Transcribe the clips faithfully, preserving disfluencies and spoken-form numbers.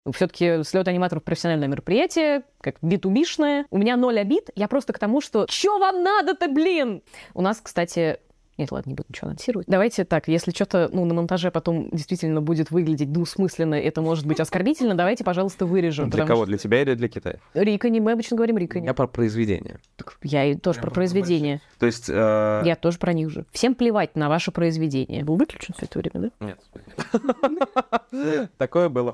Все-таки слет аниматоров — профессиональное мероприятие, как би ту би-шное. У меня ноль обид. Я просто к тому, что «Чё вам надо-то, блин?» У нас, кстати... Нет, ладно, не буду ничего анонсировать. Давайте так, если что-то ну, на монтаже потом действительно будет выглядеть двусмысленно, это может быть оскорбительно, давайте, пожалуйста, вырежем. Для кого? Что... Для тебя или для Китая? Рикони, мы обычно говорим Рикони. Я про произведение. Я и тоже я про произведение. То есть... Э... Я тоже про них же. Всем плевать на ваше произведение. Был выключен все это время, да? Нет. Такое было.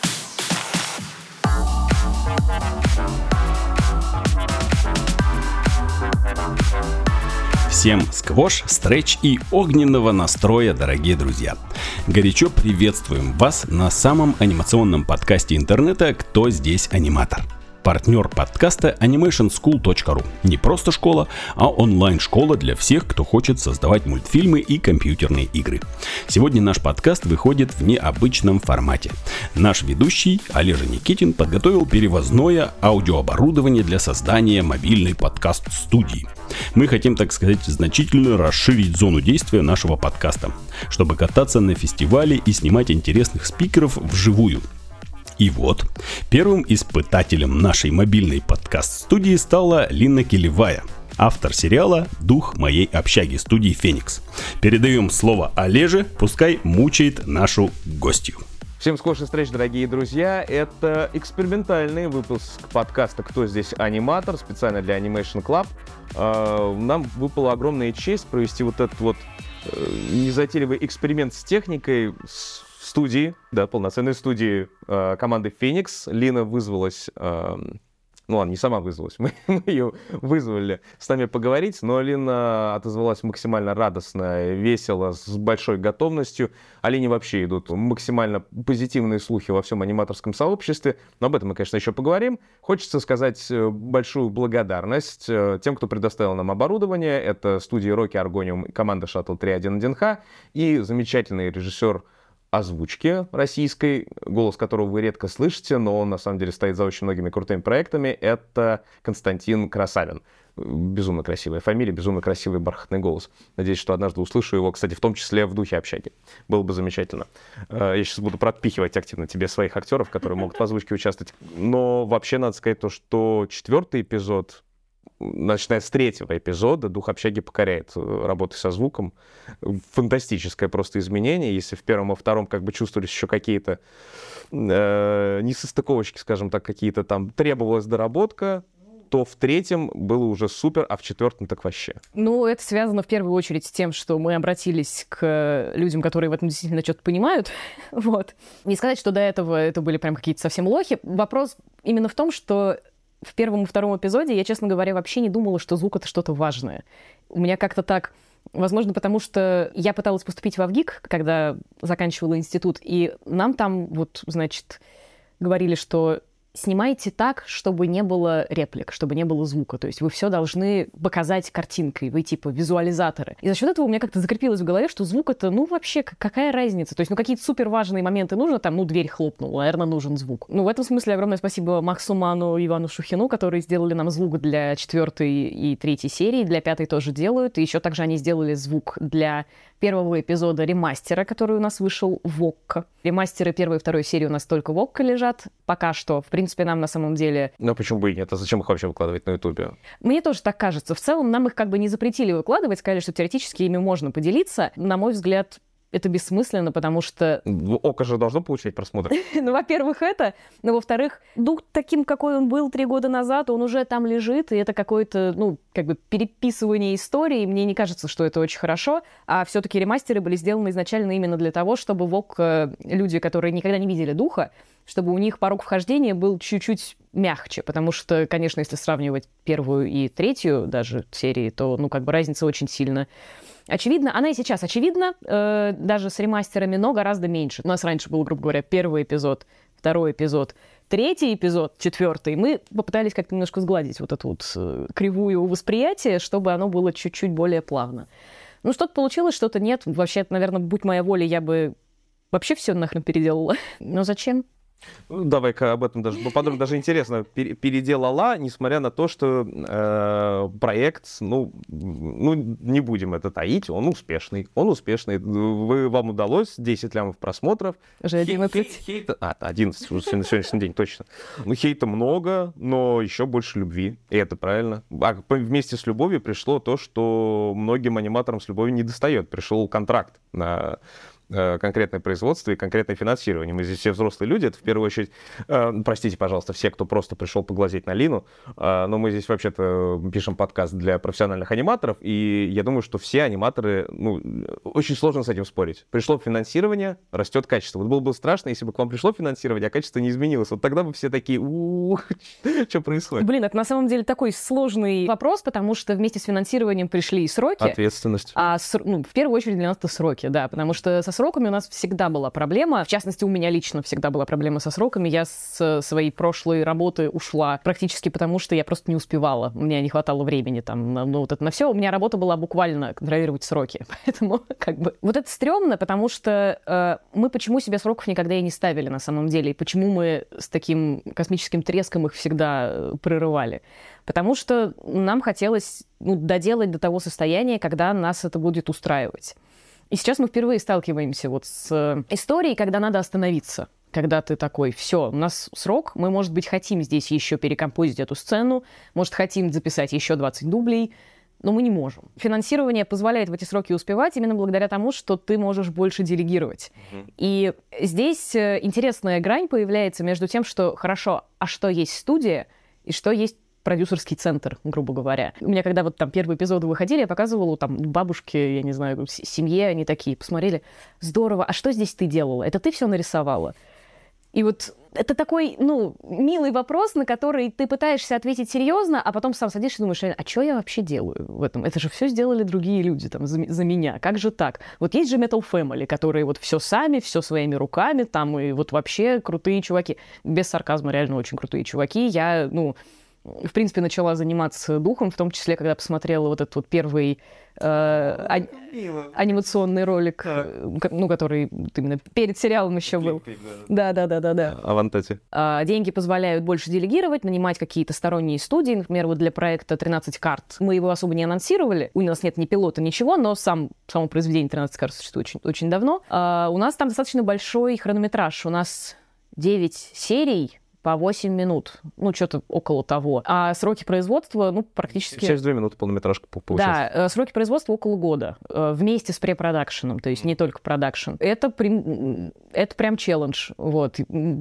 Всем сквош, стретч и огненного настроя, дорогие друзья! Горячо приветствуем вас на самом анимационном подкасте интернета «Кто здесь аниматор?». Партнер подкаста анимейшн скул точка ру. Не просто школа, а онлайн-школа для всех, кто хочет создавать мультфильмы и компьютерные игры. Сегодня наш подкаст выходит в необычном формате. Наш ведущий Олежа Никитин подготовил перевозное аудиооборудование для создания мобильной подкаст-студии. Мы хотим, так сказать, значительно расширить зону действия нашего подкаста, чтобы кататься на фестивале и снимать интересных спикеров вживую. И вот, первым испытателем нашей мобильной подкаст-студии стала Лина Келевая, автор сериала «Дух моей общаги» студии «Феникс». Передаем слово Олеже, пускай мучает нашу гостью. Всем сквош и стретч, дорогие друзья. Это экспериментальный выпуск подкаста «Кто здесь аниматор?» специально для Animation Club. Нам выпала огромная честь провести вот этот вот незатейливый эксперимент с техникой, с студии, да, полноценной студии э, команды «Феникс». Лина вызвалась, э, ну ладно, не сама вызвалась, мы, мы ее вызвали с нами поговорить, но Лина отозвалась максимально радостно, весело, с большой готовностью. О Лине вообще идут максимально позитивные слухи во всем аниматорском сообществе, но об этом мы, конечно, еще поговорим. Хочется сказать большую благодарность тем, кто предоставил нам оборудование. Это студия Rocky Argonium, команда Shuttle три один один ха и замечательный режиссер озвучки российской, голос которого вы редко слышите, но он на самом деле стоит за очень многими крутыми проектами, это Константин Красавин. Безумно красивая фамилия, безумно красивый бархатный голос. Надеюсь, что однажды услышу его, кстати, в том числе в духе общаги. Было бы замечательно. Я сейчас буду подпихивать активно тебе своих актеров, которые могут в озвучке участвовать. Но вообще надо сказать то, что четвертый эпизод, начиная с третьего эпизода, дух общаги покоряет работы со звуком. Фантастическое просто изменение. Если в первом и втором как бы чувствовались еще какие-то э, несостыковочки, скажем так, какие-то там, требовалась доработка, то в третьем было уже супер, а в четвертом так вообще. Ну, это связано в первую очередь с тем, что мы обратились к людям, которые в этом действительно что-то понимают. Вот. Не сказать, что до этого это были прям какие-то совсем лохи. Вопрос именно в том, что в первом и втором эпизоде я, честно говоря, вообще не думала, что звук — это что-то важное. У меня как-то так... Возможно, потому что я пыталась поступить в АВГИК, когда заканчивала институт, и нам там, вот, значит, говорили, что снимайте так, чтобы не было реплик, чтобы не было звука. То есть вы все должны показать картинкой, вы типа визуализаторы. И за счет этого у меня как-то закрепилось в голове, что звук — это, ну, вообще, какая разница? То есть, ну, какие-то супер важные моменты нужно, там, ну, дверь хлопнула, наверное, нужен звук. Ну, в этом смысле огромное спасибо Максу Ману и Ивану Шухину, которые сделали нам звук для четвертой и третьей серии, для пятой тоже делают. И еще также они сделали звук для первого эпизода ремастера, который у нас вышел в ОККО. Ремастеры первой и второй серии у нас только в ОККО лежат пока что. В принципе, нам на самом деле... Ну, почему бы и нет? А зачем их вообще выкладывать на Ютубе? Мне тоже так кажется. В целом, нам их как бы не запретили выкладывать, сказали, что теоретически ими можно поделиться. На мой взгляд, это бессмысленно, потому что... ОККО же должно получать просмотр. Ну, во-первых, это. Но, во-вторых, дух таким, какой он был три года назад, он уже там лежит, и это какое-то, ну, как бы переписывание истории. Мне не кажется, что это очень хорошо. А все-таки ремастеры были сделаны изначально именно для того, чтобы в ОККО люди, которые никогда не видели духа, чтобы у них порог вхождения был чуть-чуть мягче. Потому что, конечно, если сравнивать первую и третью даже серии, то, ну, как бы разница очень сильно очевидно. Она и сейчас очевидна, э, даже с ремастерами, но гораздо меньше. У нас раньше был, грубо говоря, первый эпизод, второй эпизод, третий эпизод, четвертый. Мы попытались как-то немножко сгладить вот эту вот э, кривую восприятия, чтобы оно было чуть-чуть более плавно. Ну, что-то получилось, что-то нет. Вообще, наверное, будь моя воля, я бы вообще все нахрен переделала. Но зачем? Ну, давай-ка об этом даже поподробнее. Даже интересно, переделала, несмотря на то, что э, проект, ну, ну, не будем это таить, он успешный. Он успешный. Вы, вам удалось десять лямов просмотров. Уже одиннадцать. Хей, хей, а, одиннадцать уже на сегодняшний день, точно. Ну, хейта много, но еще больше любви. И это правильно. А вместе с любовью пришло то, что многим аниматорам с любовью не достает. Пришел контракт на конкретное производство и конкретное финансирование. Мы здесь все взрослые люди, это в первую очередь, э, простите, пожалуйста, все, кто просто пришел поглазеть на Лину, э, но мы здесь вообще-то пишем подкаст для профессиональных аниматоров, и я думаю, что все аниматоры, ну, очень сложно с этим спорить. Пришло финансирование, растет качество. Вот было бы страшно, если бы к вам пришло финансирование, а качество не изменилось. Вот тогда бы все такие, ух, что происходит? Блин, это на самом деле такой сложный вопрос, потому что вместе с финансированием пришли и сроки. Ответственность. А с, ну, в первую очередь для нас это сроки, да, потому что со сроками у нас всегда была проблема. В частности, у меня лично всегда была проблема со сроками. Я с своей прошлой работы ушла практически потому, что я просто не успевала. У меня не хватало времени там на, ну, вот это на все. У меня работа была буквально контролировать сроки. Поэтому как бы вот это стрёмно, потому что э, мы почему себе сроков никогда и не ставили на самом деле, и почему мы с таким космическим треском их всегда прерывали. Потому что нам хотелось, ну, доделать до того состояния, когда нас это будет устраивать. И сейчас мы впервые сталкиваемся вот с историей, когда надо остановиться. Когда ты такой, все, у нас срок, мы, может быть, хотим здесь еще перекомпозить эту сцену, может, хотим записать еще двадцать дублей, но мы не можем. Финансирование позволяет в эти сроки успевать именно благодаря тому, что ты можешь больше делегировать. Mm-hmm. И здесь интересная грань появляется между тем, что хорошо, а что есть студия и что есть продюсерский центр, грубо говоря. У меня, когда вот там первые эпизоды выходили, я показывала там бабушке, я не знаю, семье, они такие посмотрели, здорово, а что здесь ты делала? Это ты все нарисовала? И вот это такой, ну, милый вопрос, на который ты пытаешься ответить серьезно, а потом сам садишься и думаешь, а что я вообще делаю в этом? Это же все сделали другие люди там за, за меня. Как же так? Вот есть же Metal Family, которые вот все сами, все своими руками, там и вот вообще крутые чуваки. Без сарказма, реально очень крутые чуваки. Я, ну... в принципе, начала заниматься духом, в том числе, когда посмотрела вот этот вот первый э, а- анимационный ролик, так. ну, который именно перед сериалом еще был. Да-да-да-да-да. Авантати. А, деньги позволяют больше делегировать, нанимать какие-то сторонние студии. Например, вот для проекта тринадцать карт мы его особо не анонсировали. У нас нет ни пилота, ничего, но сам, само произведение тринадцать карт существует очень, очень давно. А, у нас там достаточно большой хронометраж. У нас девять серий по восемь минут, ну, что-то около того. А сроки производства, ну, практически... Через две минуты полнометражка получается. Да, сроки производства около года, вместе с препродакшеном, то есть не только продакшн. Это, при... это прям челлендж, вот.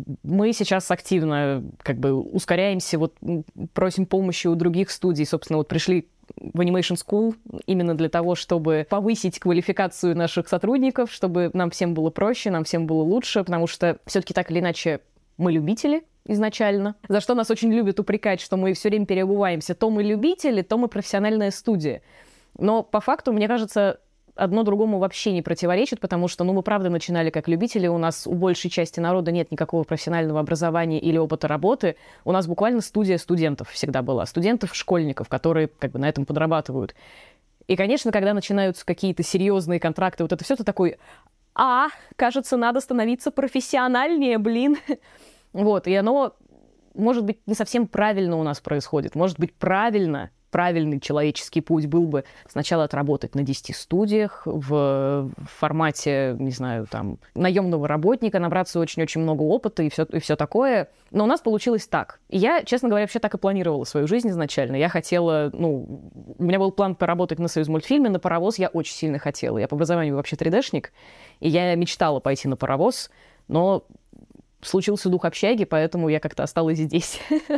Мы сейчас активно, как бы, ускоряемся, вот, просим помощи у других студий, собственно, вот пришли в Animation School именно для того, чтобы повысить квалификацию наших сотрудников, чтобы нам всем было проще, нам всем было лучше, потому что все-таки так или иначе мы любители изначально, за что нас очень любят упрекать, что мы все время переобуваемся. То мы любители, то мы профессиональная студия. Но по факту, мне кажется, одно другому вообще не противоречит, потому что, ну, мы правда начинали как любители, у нас у большей части народа нет никакого профессионального образования или опыта работы. У нас буквально студия студентов всегда была, студентов-школьников, которые как бы на этом подрабатывают. И, конечно, когда начинаются какие-то серьезные контракты, вот это все, то такой, а, кажется, надо становиться профессиональнее, блин. Вот, и оно, может быть, не совсем правильно у нас происходит. Может быть, правильно, правильный человеческий путь был бы сначала отработать на десяти студиях в формате, не знаю, там, наемного работника, набраться очень-очень много опыта и все, и все такое. Но у нас получилось так. И я, честно говоря, вообще так и планировала свою жизнь изначально. Я хотела, ну, у меня был план поработать на Союзмультфильме, на паровоз я очень сильно хотела. Я по образованию вообще три дэ-шник, и я мечтала пойти на паровоз, но... случился дух общаги, поэтому я как-то осталась здесь.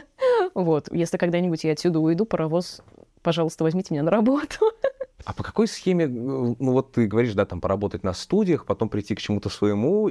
Вот. Если когда-нибудь я отсюда уйду, паровоз, пожалуйста, возьмите меня на работу. А по какой схеме, ну вот ты говоришь, да, там поработать на студиях, потом прийти к чему-то своему,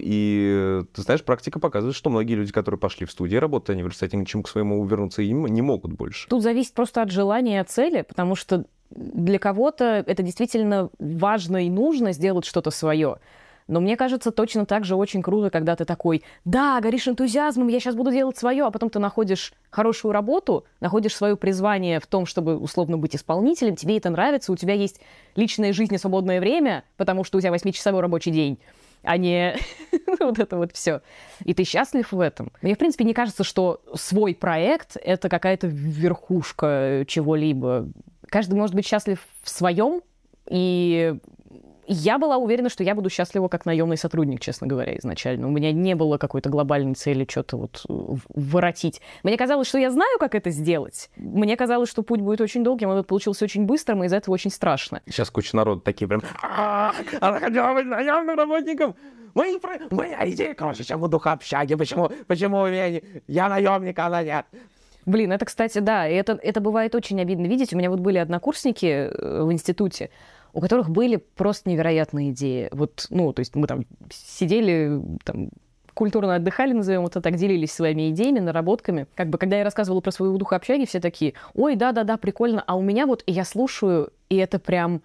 и ты знаешь, практика показывает, что многие люди, которые пошли в студии работать, они в результате ни к чему к своему вернуться им не могут больше. Тут зависит просто от желания и от цели, потому что для кого-то это действительно важно и нужно сделать что-то свое. Но мне кажется, точно так же очень круто, когда ты такой, да, горишь энтузиазмом, я сейчас буду делать свое, а потом ты находишь хорошую работу, находишь свое призвание в том, чтобы условно быть исполнителем, тебе это нравится, у тебя есть личная жизнь и свободное время, потому что у тебя восьмичасовой рабочий день. а не вот это вот все. И ты счастлив в этом. Мне, в принципе, не кажется, что свой проект — это какая-то верхушка чего-либо. Каждый может быть счастлив в своем, и я была уверена, что я буду счастлива как наемный сотрудник, честно говоря, изначально. У меня не было какой-то глобальной цели что-то вот воротить. Мне казалось, что я знаю, как это сделать. Мне казалось, что путь будет очень долгим, а он получился очень быстрым, и из-за этого очень страшно. Сейчас куча народу такие прям... Она хотела быть наемным работником! Мои, моя идея, короче, чему духа общаги, почему, почему у меня не... я наемник, а она нет. Блин, это, кстати, да, это, это бывает очень обидно видеть. У меня вот были однокурсники в институте, у которых были просто невероятные идеи. Вот, ну, то есть мы там сидели, там, культурно отдыхали, назовем это так, делились своими идеями, наработками. Как бы, когда я рассказывала про свою дух общаги, все такие: ой, да-да-да, прикольно. А у меня вот, я слушаю, и это прям,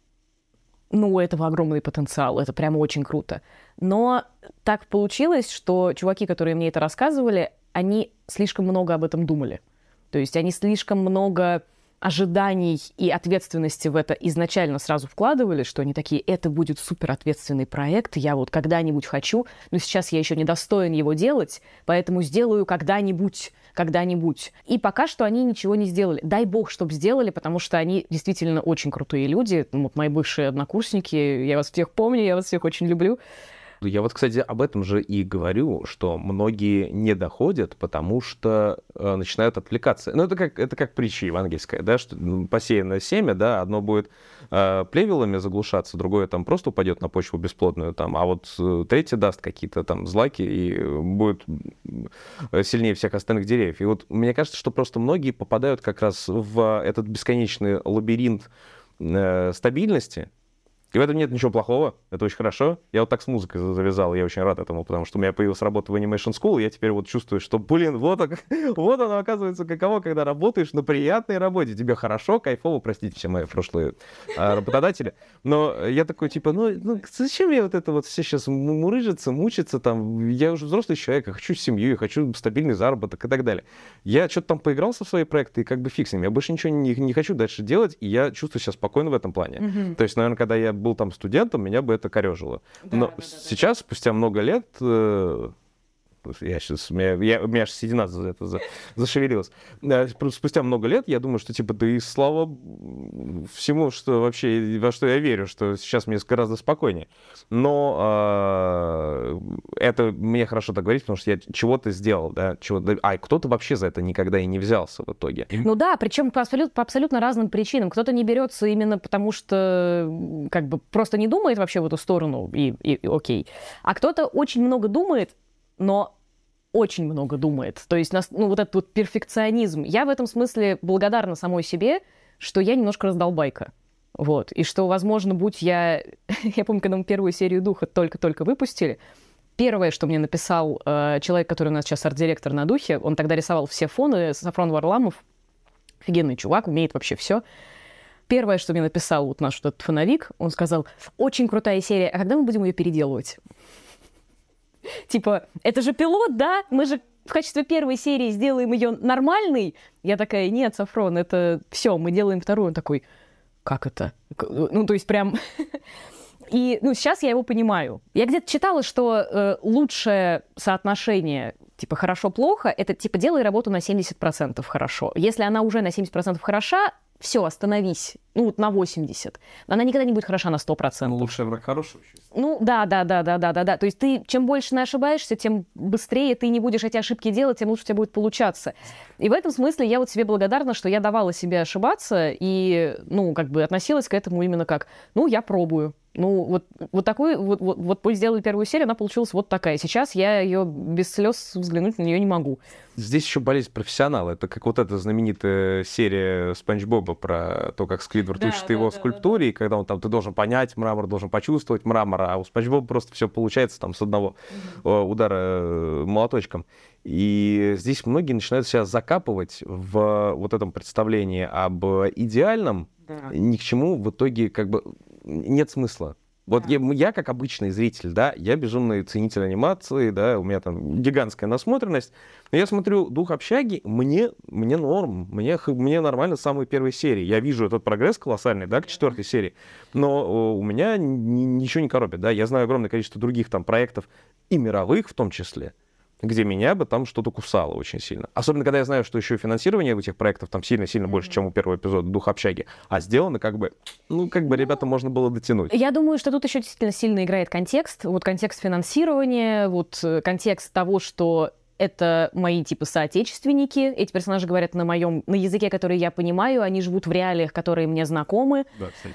ну, у этого огромный потенциал, это прям очень круто. Но так получилось, что чуваки, которые мне это рассказывали, они слишком много об этом думали. То есть они слишком много ожиданий и ответственности в это изначально сразу вкладывали, что они такие: это будет суперответственный проект, я вот когда-нибудь хочу, но сейчас я еще не достоин его делать, поэтому сделаю когда-нибудь, когда-нибудь. И пока что они ничего не сделали. Дай бог, чтобы сделали, потому что они действительно очень крутые люди. Вот мои бывшие однокурсники, я вас всех помню, я вас всех очень люблю. Я вот, кстати, об этом же и говорю, что многие не доходят, потому что э, начинают отвлекаться. Ну, это как, это как притча евангельская, да, что посеянное семя, да, одно будет э, плевелами заглушаться, другое там просто упадет на почву бесплодную, там, а вот э, третье даст какие-то там злаки и будет сильнее всех остальных деревьев. И вот мне кажется, что просто многие попадают как раз в этот бесконечный лабиринт э, стабильности. И в этом нет ничего плохого, это очень хорошо. Я вот так с музыкой завязал, я очень рад этому, потому что у меня появилась работа в Animation School, и я теперь вот чувствую, что, блин, вот, вот оно оказывается каково, когда работаешь на приятной работе. Тебе хорошо, кайфово, простите все мои прошлые а, работодатели. Но я такой, типа, ну, ну зачем я вот это вот все сейчас мурыжиться, мучиться там? Я уже взрослый человек, я хочу семью, я хочу стабильный заработок и так далее. Я что-то там поигрался в свои проекты, и как бы фиг с ним. Я больше ничего не, не хочу дальше делать, и я чувствую себя спокойно в этом плане. Mm-hmm. То есть, наверное, когда я был там студентом, меня бы это корёжило. Да, но да, сейчас, да, спустя много лет, э, я сейчас, у меня, я, у меня аж седина за это за, зашевелилась. Спустя много лет я думаю, что типа, да и слава всему, что вообще, во что я верю, что сейчас мне гораздо спокойнее. Но э, это мне хорошо так говорить, потому что я чего-то сделал, да, чего-то, а кто-то вообще за это никогда и не взялся в итоге. Ну да, причем по абсолютно, по абсолютно разным причинам. Кто-то не берется именно потому, что как бы просто не думает вообще в эту сторону, и, и, и окей. А кто-то очень много думает, но очень много думает. То есть, ну, вот этот вот перфекционизм. Я в этом смысле благодарна самой себе, что я немножко раздолбайка. Вот. И что, возможно, будь я... Я помню, когда мы первую серию «Духа» только-только выпустили, первое, что мне написал э, человек, который у нас сейчас арт-директор на «Духе», он тогда рисовал все фоны, Сафрон Варламов, офигенный чувак, умеет вообще все. Первое, что мне написал вот наш вот этот фоновик, он сказал: очень крутая серия, а когда мы будем ее переделывать? Типа, это же пилот, да? Мы же в качестве первой серии сделаем ее нормальной. Я такая: нет, Сафрон, это все, мы делаем вторую. Он такой: как это? Ну, то есть прям... И ну, сейчас я его понимаю. Я где-то читала, что э, лучшее соотношение типа хорошо-плохо, это типа делай работу на семьдесят процентов хорошо. Если она уже на семьдесят процентов хороша, все, остановись. Ну, вот на восемьдесят. Она никогда не будет хороша на сто процентов. Ну, лучший враг хорошего. Ну, да, да, да, да, да, да, да. То есть ты, чем больше не ошибаешься, тем быстрее ты не будешь эти ошибки делать, тем лучше у тебя будет получаться. И в этом смысле я вот себе благодарна, что я давала себе ошибаться и, ну, как бы относилась к этому именно как: ну, я пробую. Ну, вот, вот такой, вот, вот, вот мы сделали первую серию, она получилась вот такая. Сейчас я ее без слез взглянуть на нее не могу. Здесь еще болезнь профессионала. Это как вот эта знаменитая серия Спанч Боба про то, как Сквидвард да, учит да, его да, скульптуре, да, да. И когда он там, ты должен понять мрамор, должен почувствовать мрамор, а у Спанч Боба просто все получается там с одного mm-hmm. удара молоточком. И здесь многие начинают себя закапывать в вот этом представлении об идеальном, да. Ни к чему в итоге как бы нет смысла. Вот я, я, как обычный зритель, да, я безумный ценитель анимации, да, у меня там гигантская насмотренность. Но я смотрю «Дух общаги», мне, мне норм, мне, мне нормально с самой первой серии. Я вижу этот прогресс колоссальный, да, к четвертой серии, но у меня ничего не коробит, да. Я знаю огромное количество других там проектов, и мировых в том числе, где меня бы там что-то кусало очень сильно. Особенно, когда я знаю, что еще финансирование у этих проектов там сильно-сильно больше, чем у первого эпизода «Дух общаги», а сделано как бы, ну, как бы, ребята, можно было дотянуть. Я думаю, что тут еще действительно сильно играет контекст. Вот контекст финансирования, вот контекст того, что это мои, типа, соотечественники. Эти персонажи говорят на моем, на языке, который я понимаю, они живут в реалиях, которые мне знакомы. Да, кстати.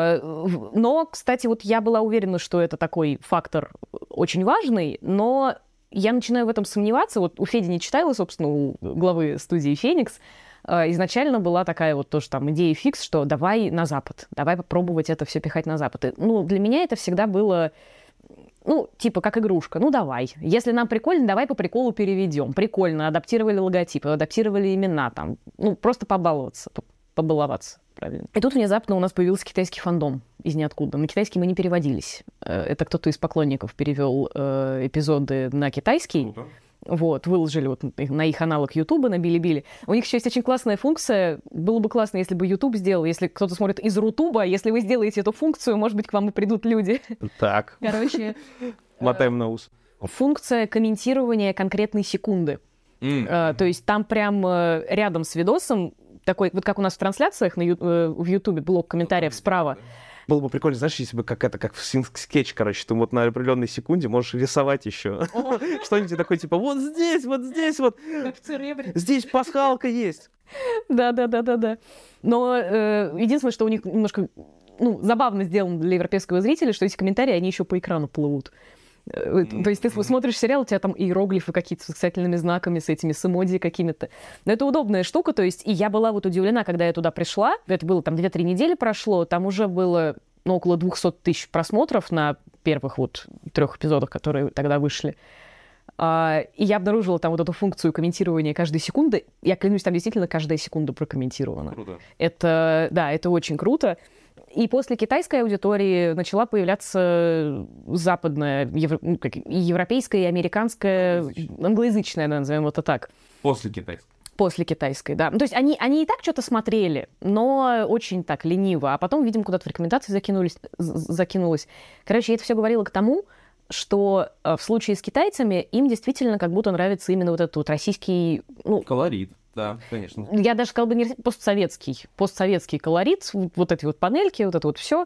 Но, кстати, вот я была уверена, что это такой фактор очень важный, но я начинаю в этом сомневаться. Вот у Феди не читала, собственно, у главы студии «Феникс», изначально была такая вот тоже там идея фикс, что давай на Запад, давай попробовать это все пихать на Запад. И, ну, для меня это всегда было, ну, типа, как игрушка. Ну, давай. Если нам прикольно, давай по приколу переведем. Прикольно. Адаптировали логотипы, адаптировали имена там. Ну, просто побаловаться, побаловаться. Правильно. И тут внезапно у нас появился китайский фандом из ниоткуда. На китайский мы не переводились. Это кто-то из поклонников перевел э, эпизоды на китайский. Круто. Вот, выложили вот на их аналог Ютуба, на Билибили. У них еще есть очень классная функция. Было бы классно, если бы Ютуб сделал, если кто-то смотрит из Рутуба, если вы сделаете эту функцию, может быть, к вам и придут люди. Так. Короче. Мотаем на ус. Функция комментирования конкретной секунды. Mm. То есть там прям рядом с видосом такой, вот как у нас в трансляциях на ю, в Ютубе, блок комментариев справа. Было бы прикольно, знаешь, если бы как это, как в скетч, короче, ты вот на определенной секунде можешь рисовать еще. Что-нибудь такое, типа, вот здесь, вот здесь, вот. Как в Церебре. Здесь пасхалка есть. Да-да-да-да-да. Но э, единственное, что у них немножко, ну, забавно сделано для европейского зрителя, что эти комментарии, они еще по экрану плывут. То есть ты смотришь сериал, у тебя там иероглифы какие-то с восклицательными знаками, с этими с эмодзи какими-то. Но это удобная штука, то есть и я была вот удивлена, когда я туда пришла, это было там две-три недели прошло, там уже было, ну, около двести тысяч просмотров на первых вот трех эпизодах, которые тогда вышли. И я обнаружила там вот эту функцию комментирования каждой секунды. Я клянусь, там действительно каждая секунда прокомментирована. Круто. Это, да, это очень круто. И после китайской аудитории начала появляться западная, евро, ну, как, и европейская, и американская, англоязычная, англоязычная, да, назовем это так. После китайской. После китайской, да. То есть они, они и так что-то смотрели, но очень так лениво. А потом, видимо, куда-то в рекомендации закинулись, закинулось. Короче, я это все говорила к тому, что в случае с китайцами им действительно как будто нравится именно вот этот вот российский... Ну, колорит. Да, конечно. Я даже сказала бы не постсоветский, постсоветский колорит, вот эти вот панельки, вот это вот все,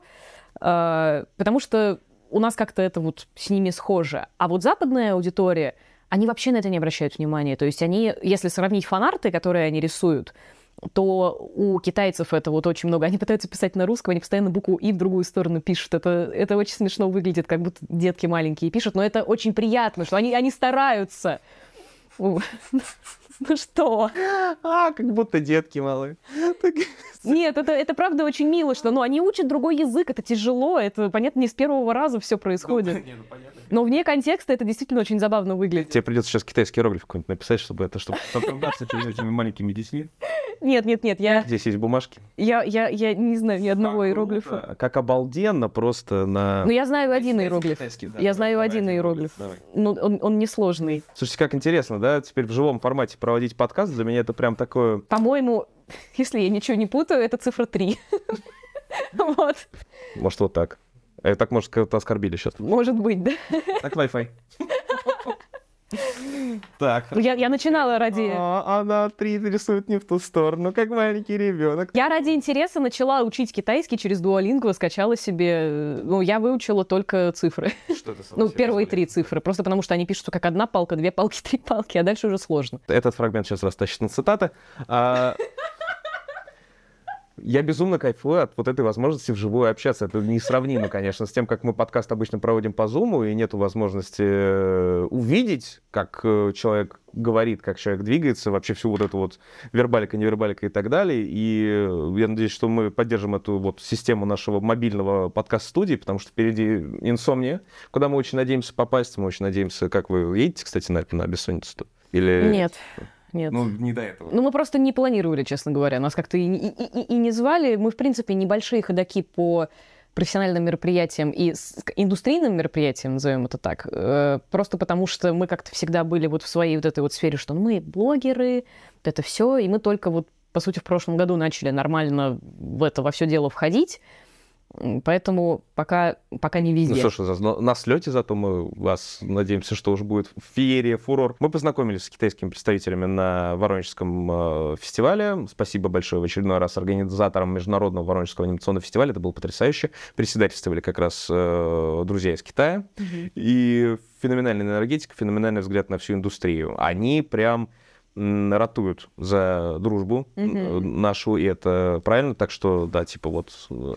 потому что у нас как-то это вот с ними схоже. А вот западная аудитория, они вообще на это не обращают внимания. То есть они, если сравнить фанарты, которые они рисуют, то у китайцев это вот очень много. Они пытаются писать на русском, они постоянно букву «и» в другую сторону пишут. Это, это очень смешно выглядит, как будто детки маленькие пишут, но это очень приятно, что они, они стараются. Ну что? А, как будто детки малые. Нет, это, это правда очень мило, что ну, они учат другой язык, это тяжело, это, понятно, не с первого раза все происходит. Ну, не, ну, понятно. Но вне контекста это действительно очень забавно выглядит. Тебе придется сейчас китайский иероглиф какой-нибудь написать, чтобы это, чтобы оправдаться перед этими маленькими детьми. Нет, нет, нет, я... Здесь есть бумажки. Я, я, я не знаю ни одного как иероглифа. Круто. Как обалденно просто на... Ну, я знаю один иероглиф. Да, я знаю давай, один иероглиф. Ну, он, он несложный. Слушайте, как интересно, да, теперь в живом формате проводить подкаст, для меня это прям такое... По-моему, если я ничего не путаю, это цифра три. Вот. Может, вот так. А так, может, кого-то оскорбили сейчас. Может быть, да. Так, Wi-Fi. Так. Я, я начинала ради... А, она три рисует не в ту сторону, как маленький ребенок. Я ради интереса начала учить китайский через Duolingo, скачала себе... Ну, я выучила только цифры. Что это? Ну, первые три цифры. Просто потому, что они пишутся как одна палка, две палки, три палки, а дальше уже сложно. Этот фрагмент сейчас растащит на цитаты. А... Я безумно кайфую от вот этой возможности вживую общаться. Это несравнимо, конечно, с тем, как мы подкаст обычно проводим по Zoom, и нету возможности увидеть, как человек говорит, как человек двигается, вообще всю вот эту вот вербалика, невербалика и так далее. И я надеюсь, что мы поддержим эту вот систему нашего мобильного подкаст-студии, потому что впереди Инсомния, куда мы очень надеемся попасть. Мы очень надеемся, как вы едете, кстати, на, на бессонницу-то? Или... Нет. Нет. Ну, не до этого. Ну, мы просто не планировали, честно говоря. Нас как-то и, и, и, и не звали. Мы, в принципе, небольшие ходаки по профессиональным мероприятием и с индустрийным мероприятием, назовем это так, э, просто потому что мы как-то всегда были вот в своей вот этой вот сфере, что мы блогеры, вот это все, и мы только вот, по сути, в прошлом году начали нормально в это во все дело входить. Поэтому пока, пока не везде. Ну что ж, на слете зато мы вас надеемся, что уже будет феерия, фурор. Мы познакомились с китайскими представителями на Воронежском э, фестивале. Спасибо большое в очередной раз организаторам Международного Воронежского анимационного фестиваля. Это было потрясающе. Председательствовали как раз э, друзья из Китая. Mm-hmm. И феноменальная энергетика, феноменальный взгляд на всю индустрию. Они прям ратуют за дружбу mm-hmm. нашу, и это правильно. Так что, да, типа вот...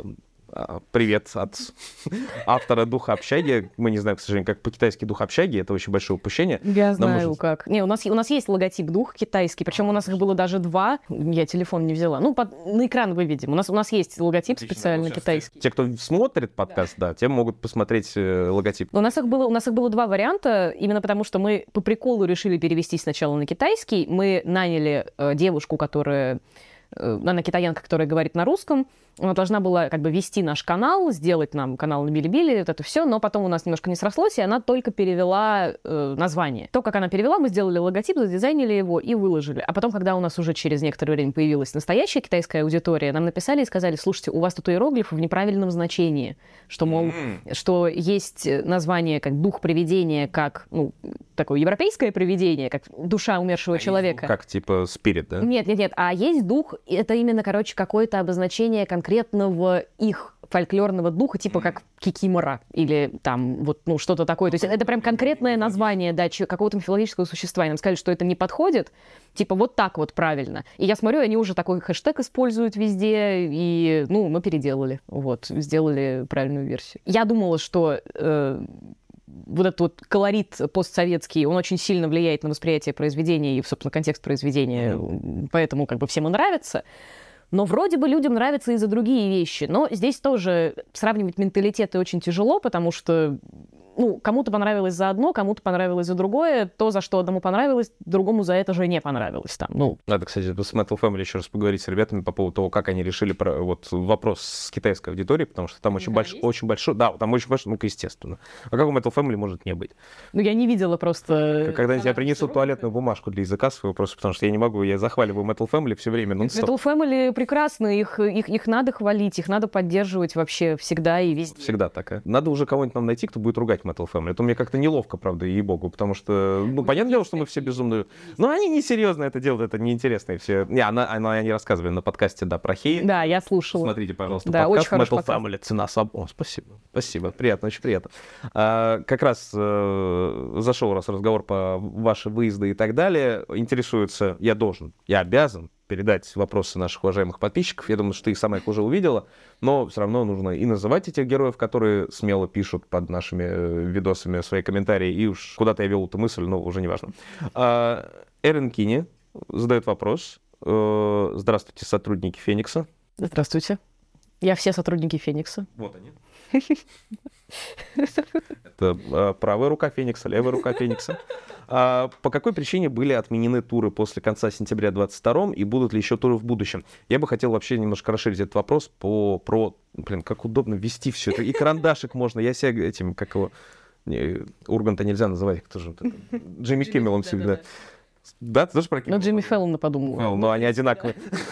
Привет от автора «Духа общаги». Мы не знаем, к сожалению, как по-китайски «Дух общаги». Это очень большое упущение. Я знаю, может... как. Не, у нас, у нас есть логотип «Дух» китайский, причем у нас их было даже два. Я телефон не взяла. Ну, под, на экран выведем. У нас, у нас есть логотип Отлично, специально китайский. Те, кто смотрит подкаст, да, да те могут посмотреть э, логотип. У нас, их было, у нас их было два варианта, именно потому что мы по приколу решили перевести сначала на китайский. Мы наняли э, девушку, которая... Она китаянка, которая говорит на русском. Она должна была как бы вести наш канал, сделать нам канал на Билибили, вот это все, но потом у нас немножко не срослось, и она только перевела э, название. То, как она перевела, мы сделали логотип, задизайнили его и выложили. А потом, когда у нас уже через некоторое время появилась настоящая китайская аудитория, нам написали и сказали: слушайте, у вас тут иероглифы в неправильном значении, что, мол, mm-hmm. что есть название как дух привидения, как, ну, такое европейское привидение, как душа умершего а человека. Как, типа, спирит, да? Нет, нет, нет, а есть дух, это именно, короче, какое-то обозначение конкретного их фольклорного духа, типа как кикимора или там вот, ну, что-то такое. То есть это прям конкретное название, да, какого-то мифологического существа. И нам сказали, что это не подходит, типа вот так вот правильно. И я смотрю, они уже такой хэштег используют везде, и, ну, мы переделали, вот, сделали правильную версию. Я думала, что... Э, вот этот вот колорит постсоветский, он очень сильно влияет на восприятие произведения и, собственно, контекст произведения, mm-hmm. поэтому как бы всем и нравится. Но вроде бы людям нравятся и за другие вещи. Но здесь тоже сравнивать менталитеты очень тяжело, потому что, ну, кому-то понравилось за одно, кому-то понравилось за другое. То, за что одному понравилось, другому за это же не понравилось. Там, ну. Надо, кстати, с Metal Family еще раз поговорить с ребятами по поводу того, как они решили про, вот, вопрос с китайской аудиторией, потому что там очень, больш, очень большой... Да, там очень большой, ну-ка, естественно. А как у Metal Family может не быть? Ну, я не видела просто... Когда-нибудь я принесу туалетную бумажку для языка своего, просто потому что я не могу, я захваливаю Metal Family все время. Metal Family прекрасно, их, их, их надо хвалить, их надо поддерживать вообще всегда и везде. Всегда так. Надо уже кого-нибудь нам найти, кто будет ругать Metal Family. Это мне как-то неловко, правда, ей-богу, потому что, ну, понятное дело, что мы все безумные. Но они несерьезно это делают, это неинтересно. И все... Не, она, она, они рассказывали на подкасте, да, про Хей. Да, я слушала. Смотрите, пожалуйста, да, подкаст Metal подкаст. Family, цена свободы. О, спасибо, спасибо, приятно, очень приятно. А, как раз э, зашел раз разговор по ваши выезды и так далее. Интересуется, я должен, я обязан передать вопросы наших уважаемых подписчиков. Я думаю, что ты их сама их уже увидела, но все равно нужно и называть этих героев, которые смело пишут под нашими видосами свои комментарии, и уж куда-то я вел эту мысль, но уже не важно. А, Эрен Кини задает вопрос. Здравствуйте, сотрудники Феникса. Здравствуйте. Я все сотрудники Феникса. Вот они. Это правая рука Феникса, левая рука Феникса. А по какой причине были отменены туры после конца сентября двадцать второго и будут ли еще туры в будущем? Я бы хотел вообще немножко расширить этот вопрос по, про, блин, как удобно вести все это. И карандашик можно, я себя этим, как его, не, Урганта нельзя называть, кто же, Джимми Киммелом всегда. Да, ты тоже про Киммела? Ну, Джимми Фэллона подумала. Но они одинаковые.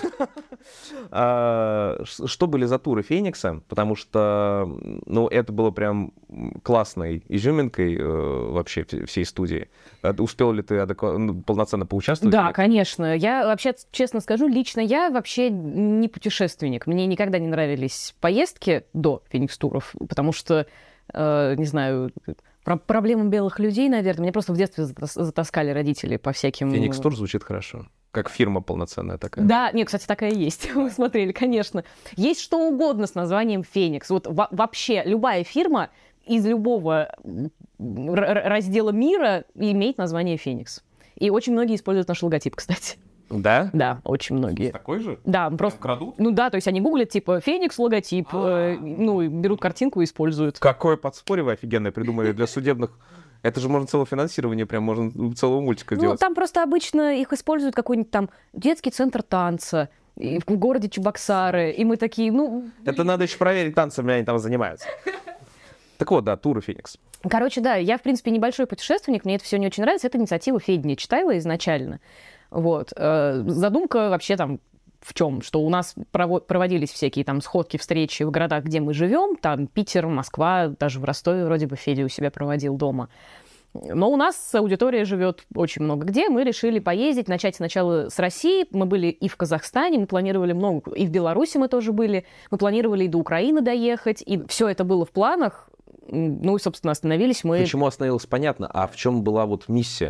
Что были за туры Феникса? Потому что, ну, это было прям классной изюминкой вообще всей студии. Успел ли ты адекватно, полноценно поучаствовать? Да, конечно. Я вообще, честно скажу, лично я вообще не путешественник. Мне никогда не нравились поездки до Феникс-туров, потому что, не знаю... Про проблемы белых людей, наверное. Меня просто в детстве затаскали родители по всяким... Феникс Тур звучит хорошо. Как фирма полноценная такая. Да, нет, кстати, такая есть. Мы смотрели, конечно. Есть что угодно с названием Феникс. Вот во- вообще любая фирма из любого р- раздела мира имеет название Феникс. И очень многие используют наш логотип, кстати. Да? Да, очень многие. Такой же? Да, просто... Крадут? Ну да, то есть они гуглят, типа, Феникс, логотип, э, ну, берут картинку и используют. Какое подспорье вы офигенное придумали для судебных... Это же можно целое финансирование, прям можно целого мультика ну, сделать. Ну, там просто обычно их используют какой-нибудь там детский центр танца, и в городе Чебоксары, и мы такие, ну... Это надо еще проверить, танцами они там занимаются. Так вот, да, туры «Феникс». Короче, да, я, в принципе, небольшой путешественник, мне это все не очень нравится, это инициатива Федя читала изначально. Вот. Задумка вообще там в чем? Что у нас проводились всякие там сходки, встречи в городах, где мы живем, там Питер, Москва, даже в Ростове вроде бы Федя у себя проводил дома. Но у нас аудитория живет очень много где. Мы решили поездить, начать сначала с России. Мы были и в Казахстане, мы планировали много, и в Беларуси мы тоже были. Мы планировали и до Украины доехать, и все это было в планах. Ну и, собственно, остановились мы... Почему остановилась, понятно. А в чем была вот миссия?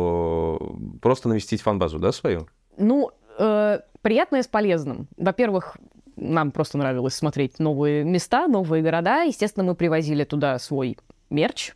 Ну, просто навестить фан-базу, да, свою? Ну, э, приятное с полезным. Во-первых, нам просто нравилось смотреть новые места, новые города. Естественно, мы привозили туда свой мерч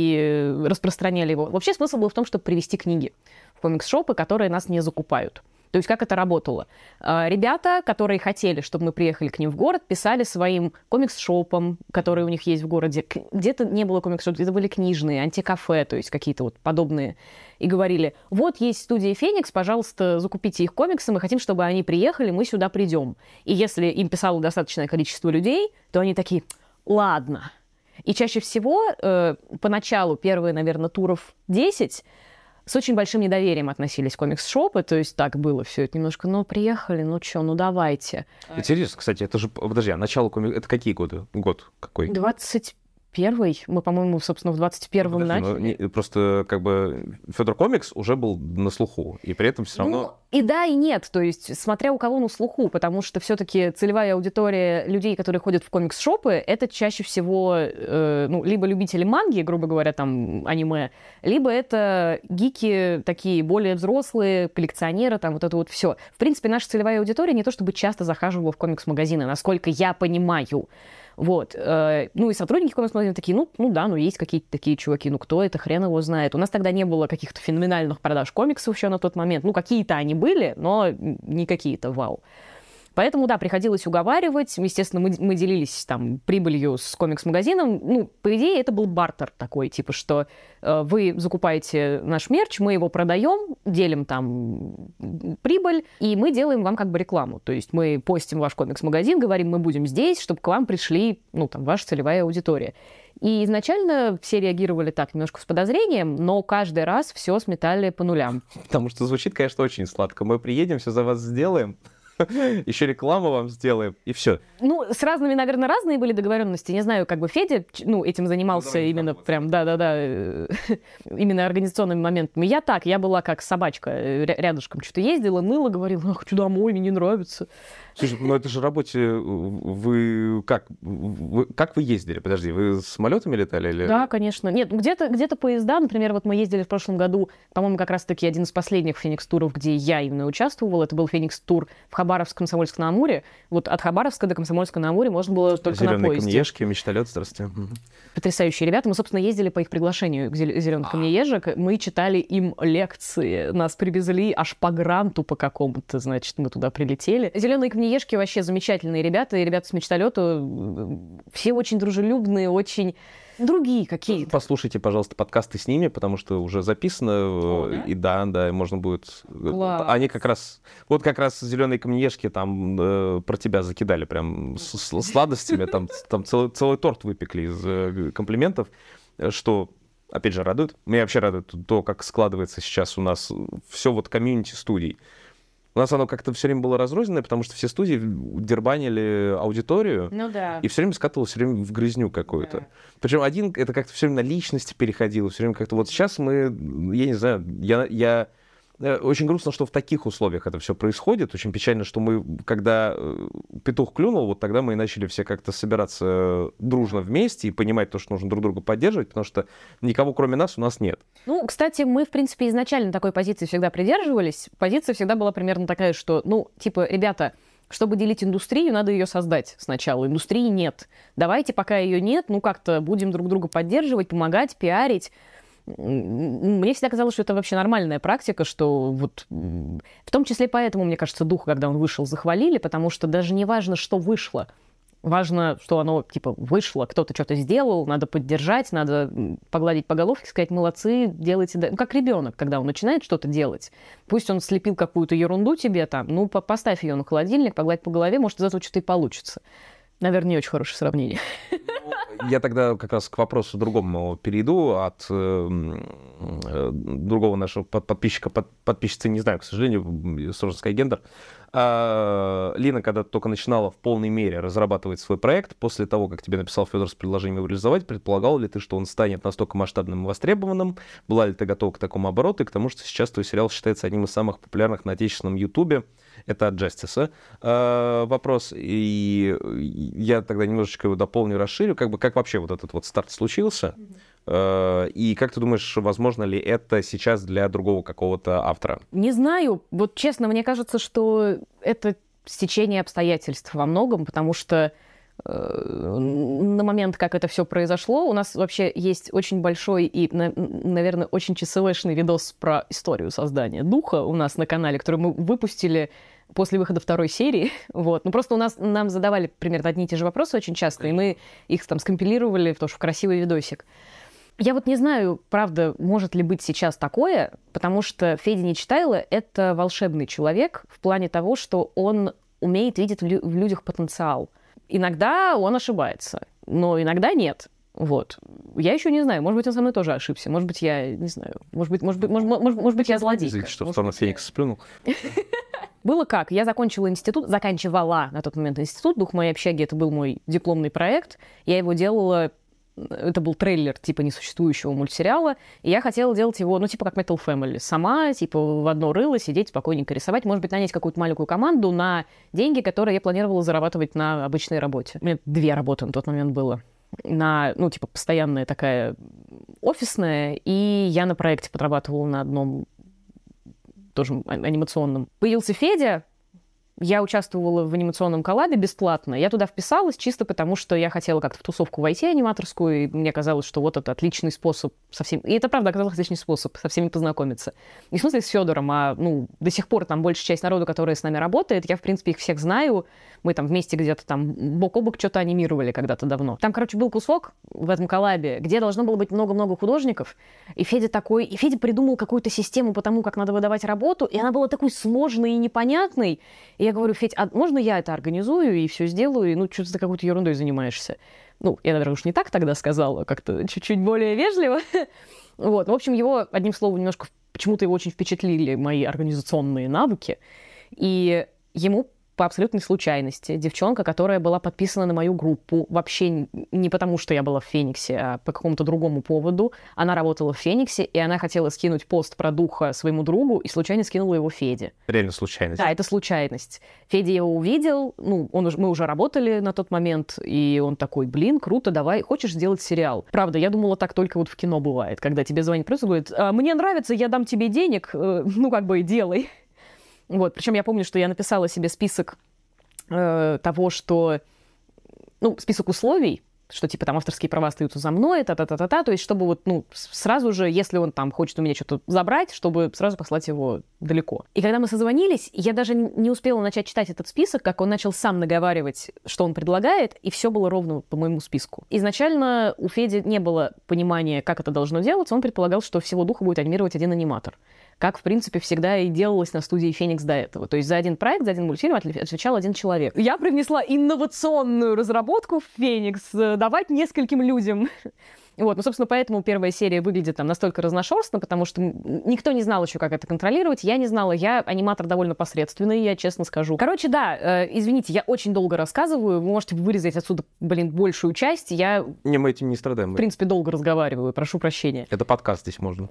и распространяли его. Вообще смысл был в том, чтобы привезти книги в комикс-шопы, которые нас не закупают. То есть как это работало? Ребята, которые хотели, чтобы мы приехали к ним в город, писали своим комикс-шопам, которые у них есть в городе. Где-то не было комикс-шопов, где-то были книжные, антикафе, то есть какие-то вот подобные. И говорили, вот есть студия «Феникс, пожалуйста, закупите их комиксы, мы хотим, чтобы они приехали, мы сюда придем. И если им писало достаточное количество людей, то они такие, ладно. И чаще всего э, поначалу, первые, наверное, туров десять, с очень большим недоверием относились к комикс-шопы, то есть так было все это немножко, ну, приехали, ну, что, ну, давайте. Интересно, кстати, это же, подожди, а начало комикс, это какие годы? Год какой? двадцать первый, мы, по-моему, собственно, в двадцать первом Подожди, начали. Ну, не, просто, как бы, Федор Комикс уже был на слуху, и при этом все равно... Ну, и да, и нет, то есть смотря у кого на слуху, потому что все-таки целевая аудитория людей, которые ходят в комикс-шопы, это чаще всего, э, ну, либо любители манги, грубо говоря, там, аниме, либо это гики такие более взрослые, коллекционеры, там, вот это вот все. В принципе, наша целевая аудитория не то чтобы часто захаживала в комикс-магазины, насколько я понимаю. Вот. Ну и сотрудники комикс-магазина такие, ну, ну да, ну есть какие-то такие чуваки, ну кто это, хрен его знает. У нас тогда не было каких-то феноменальных продаж комиксов еще на тот момент. Ну какие-то они были, но не какие-то вау. Поэтому, да, приходилось уговаривать. Естественно, мы, мы делились там прибылью с комикс-магазином. Ну, по идее, это был бартер такой, типа, что э, вы закупаете наш мерч, мы его продаем, делим там прибыль, и мы делаем вам как бы рекламу. То есть мы постим ваш комикс-магазин, говорим, мы будем здесь, чтобы к вам пришли, ну, там, ваша целевая аудитория. И изначально все реагировали так, немножко с подозрением, но каждый раз все сметали по нулям. Потому что звучит, конечно, очень сладко. Мы приедем, все за вас сделаем. Еще рекламу вам сделаем, и все. Ну, с разными, наверное, разные были договоренности. Не знаю, как бы Федя, ну, этим занимался ну, именно прям, да-да-да, именно организационными моментами. Я так, я была как собачка, рядышком что-то ездила, ныла, говорила, ну, хочу домой, мне не нравится. Слушай, ну это же работе, вы как, вы, как вы ездили? Подожди, вы с самолетами летали? Или... Да, конечно. Нет, где-то, где-то поезда, например, вот мы ездили в прошлом году, по-моему, как раз-таки один из последних Феникс-туров, где я именно участвовала, это был Феникс-тур в Хабаровск-Комсомольск-на-Амуре. Вот от Хабаровска до Комсомольска-на-Амуре можно было только Зеленые на поезде. камнеежки, мечталет, здравствуйте. Потрясающие ребята. Мы, собственно, ездили по их приглашению к зеленым камнеежек. Мы читали им лекции. Нас привезли аж по гранту по какому-то, значит, мы туда прилетели. Зеленые камнеежки вообще замечательные ребята. И ребята с мечталета все очень дружелюбные, очень... другие какие-то. Послушайте, пожалуйста, подкасты с ними, потому что уже записано. О, да? И да, да, можно будет... Класс. Они как раз... Вот как раз зеленые камнеежки там э, про тебя закидали прям с, с сладостями. Там, там целый, целый торт выпекли из э, комплиментов, что, опять же, радует. Меня вообще радует то, как складывается сейчас у нас все вот комьюнити студий. У нас оно как-то все время было разрозненное, потому что все студии дербанили аудиторию, ну, да. и все время скатывалось все время в грызню какую-то. Да. Причем один это как-то все время на личности переходило, все время как-то вот сейчас мы, я не знаю, я, я очень грустно, что в таких условиях это все происходит. Очень печально, что мы, когда петух клюнул, вот тогда мы и начали все как-то собираться дружно вместе и понимать то, что нужно друг друга поддерживать, потому что никого, кроме нас, у нас нет. Ну, кстати, мы, в принципе, изначально такой позиции всегда придерживались. Позиция всегда была примерно такая, что, ну, типа, ребята, чтобы делить индустрию, надо ее создать сначала. Индустрии нет. Давайте, пока ее нет, ну, как-то будем друг друга поддерживать, помогать, пиарить. Мне всегда казалось, что это вообще нормальная практика, что вот в том числе поэтому, мне кажется, дух, когда он вышел, захвалили, потому что даже не важно, что вышло. Важно, что оно, типа, вышло, кто-то что-то сделал, надо поддержать, надо погладить по головке, сказать, молодцы, делайте... Ну, как ребенок, когда он начинает что-то делать. Пусть он слепил какую-то ерунду тебе там, ну, поставь ее на холодильник, погладь по голове, может, из этого что-то и получится. Наверное, не очень хорошее сравнение. Я тогда как раз к вопросу другому перейду от э, другого нашего подписчика, под, подписчицы, не знаю, к сожалению, сложно сказать гендер. А, Лина, когда ты только начинала в полной мере разрабатывать свой проект, после того, как тебе написал Федор с предложением его реализовать, предполагал ли ты, что он станет настолько масштабным и востребованным? Была ли ты готова к такому обороту и к тому, что сейчас твой сериал считается одним из самых популярных на отечественном Ютубе? Это от Джастиса э, вопрос. И я тогда немножечко его дополню, расширю. Как бы, как вообще вот этот вот старт случился? Mm-hmm. Э, и как ты думаешь, возможно ли это сейчас для другого какого-то автора? Не знаю. Вот честно, мне кажется, что это стечение обстоятельств во многом, потому что э, на момент, как это все произошло, у нас вообще есть очень большой и, на, наверное, очень ЧСВшный видос про историю создания духа у нас на канале, который мы выпустили после выхода второй серии. Вот. Ну, просто у нас, нам задавали примерно одни и те же вопросы очень часто, и мы их там скомпилировали в, тоже в красивый видосик. Я вот не знаю, правда, может ли быть сейчас такое, потому что Федя Нечитайло — это волшебный человек в плане того, что он умеет видеть в, лю- в людях потенциал. Иногда он ошибается, но иногда нет. Вот. Я еще не знаю, может быть, он со мной тоже ошибся, может быть, я не знаю, может быть, может быть, может, может, может быть я злодейка. Что в сторону Феникса сплюнул? Было как? Я закончила институт, заканчивала на тот момент институт, «Дух моей общаги» — это был мой дипломный проект. Я его делала, это был трейлер типа несуществующего мультсериала, и я хотела делать его, ну, типа как Metal Family. Сама, типа, в одно рыло сидеть, спокойненько рисовать, может быть, нанять какую-то маленькую команду на деньги, которые я планировала зарабатывать на обычной работе. У меня две работы на тот момент было. На, ну, типа, постоянная такая офисная, и я на проекте подрабатывала на одном тоже анимационном. Появился Федя, я участвовала в анимационном коллабе бесплатно. Я туда вписалась чисто потому, что я хотела как-то в тусовку войти аниматорскую, и мне казалось, что вот это отличный способ со всеми... И это правда оказалось отличный способ со всеми познакомиться. Не в смысле с Федором, а ну, до сих пор там большая часть народу, которая с нами работает, я, в принципе, их всех знаю. Мы там вместе где-то там бок о бок что-то анимировали когда-то давно. Там, короче, был кусок в этом коллабе, где должно было быть много-много художников, и Федя такой... И Федя придумал какую-то систему по тому, как надо выдавать работу, и она была такой сложной и непонятной. И я говорю: Федь, а можно я это организую и все сделаю, и ну что ты за какой-то ерундой занимаешься? Ну, я, наверное, уж не так тогда сказала, как-то чуть-чуть более вежливо. Вот. В общем, его, одним словом, немножко почему-то его очень впечатлили мои организационные навыки. И ему по абсолютной случайности девчонка, которая была подписана на мою группу, вообще не потому, что я была в Фениксе, а по какому-то другому поводу. Она работала в Фениксе, и она хотела скинуть пост про духа своему другу, и случайно скинула его Феде. Реально случайность. Да, это случайность. Федя его увидел, ну, он, мы уже работали на тот момент, и он такой: блин, круто, давай, хочешь сделать сериал? Правда, я думала, так только вот в кино бывает, когда тебе звонит просто и говорит: а, мне нравится, я дам тебе денег, э, ну, как бы, делай. Вот, причем я помню, что я написала себе список э, того, что... Ну, список условий, что, типа, там авторские права остаются за мной, та-та-та-та-та, то есть чтобы вот, ну, сразу же, если он там хочет у меня что-то забрать, чтобы сразу послать его далеко. И когда мы созвонились, я даже не успела начать читать этот список, как он начал сам наговаривать, что он предлагает, и все было ровно по моему списку. Изначально у Феди не было понимания, как это должно делаться, он предполагал, что всего духа будет анимировать один аниматор. Как, в принципе, всегда и делалось на студии «Феникс» до этого. То есть за один проект, за один мультфильм отвечал один человек. Я привнесла инновационную разработку в «Феникс», давать нескольким людям. Вот, ну, собственно, поэтому первая серия выглядит там настолько разношерстно, потому что никто не знал еще, как это контролировать. Я не знала, я аниматор довольно посредственный, я честно скажу. Короче, да, э, извините, я очень долго рассказываю, вы можете вырезать отсюда, блин, большую часть. Я, не, мы этим не страдаем. В принципе, долго разговариваю, прошу прощения. Это подкаст здесь можно.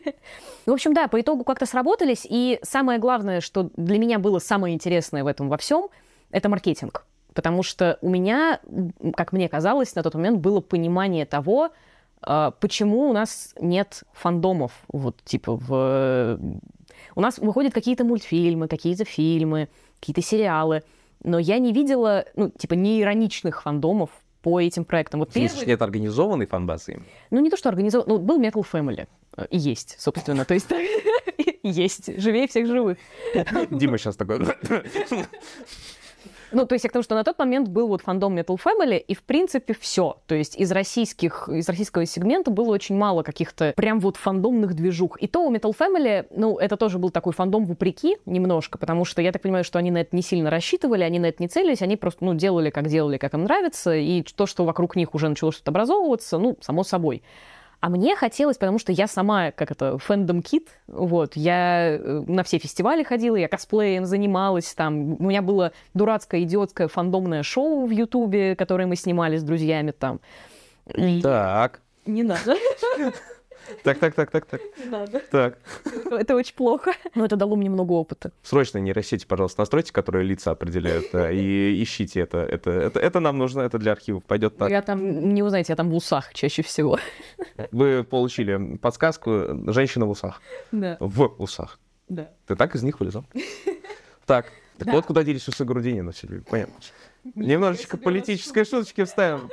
В общем, да, по итогу как-то сработались, и самое главное, что для меня было самое интересное в этом во всем, это маркетинг. Потому что у меня, как мне казалось, на тот момент было понимание того, почему у нас нет фандомов. Вот, типа, в... у нас выходят какие-то мультфильмы, какие-то фильмы, какие-то сериалы, но я не видела, ну, типа, неироничных фандомов по этим проектам. Вот первый... Нет организованной фанбазы? Ну, не то, что организованной. Ну, был Metal Family. И есть, собственно. То есть, есть. Живее всех живых. Дима сейчас такой... Ну, то есть я к тому, что на тот момент был вот фандом Metal Family, и, в принципе, все. То есть из российских, из российского сегмента было очень мало каких-то прям вот фандомных движух. И то у Metal Family, ну, это тоже был такой фандом вопреки немножко, потому что я так понимаю, что они на это не сильно рассчитывали, они на это не целились, они просто, ну, делали, как делали, как им нравится, и то, что вокруг них уже начало что-то образовываться, ну, само собой. А мне хотелось, потому что я сама, как это, фэндом-кит, вот, я на все фестивали ходила, я косплеем занималась, там, у меня было дурацкое, идиотское фандомное шоу в Ютубе, которое мы снимали с друзьями там. И... Так. Не надо. Так, так, так, так, так. Не надо. Так. Это очень плохо. Но это дало мне много опыта. Срочно нейросети, пожалуйста, настройте, которые лица определяют, да, и ищите это. Это, это. это нам нужно, это для архивов. Пойдет так. Я там, не узнаете, я там в усах чаще всего. Вы получили подсказку «Женщина в усах». Да. В усах. Да. Ты так из них вылезал? Так. Так вот куда делись усы Грудинина. Понятно. Немножечко политической шуточки вставим.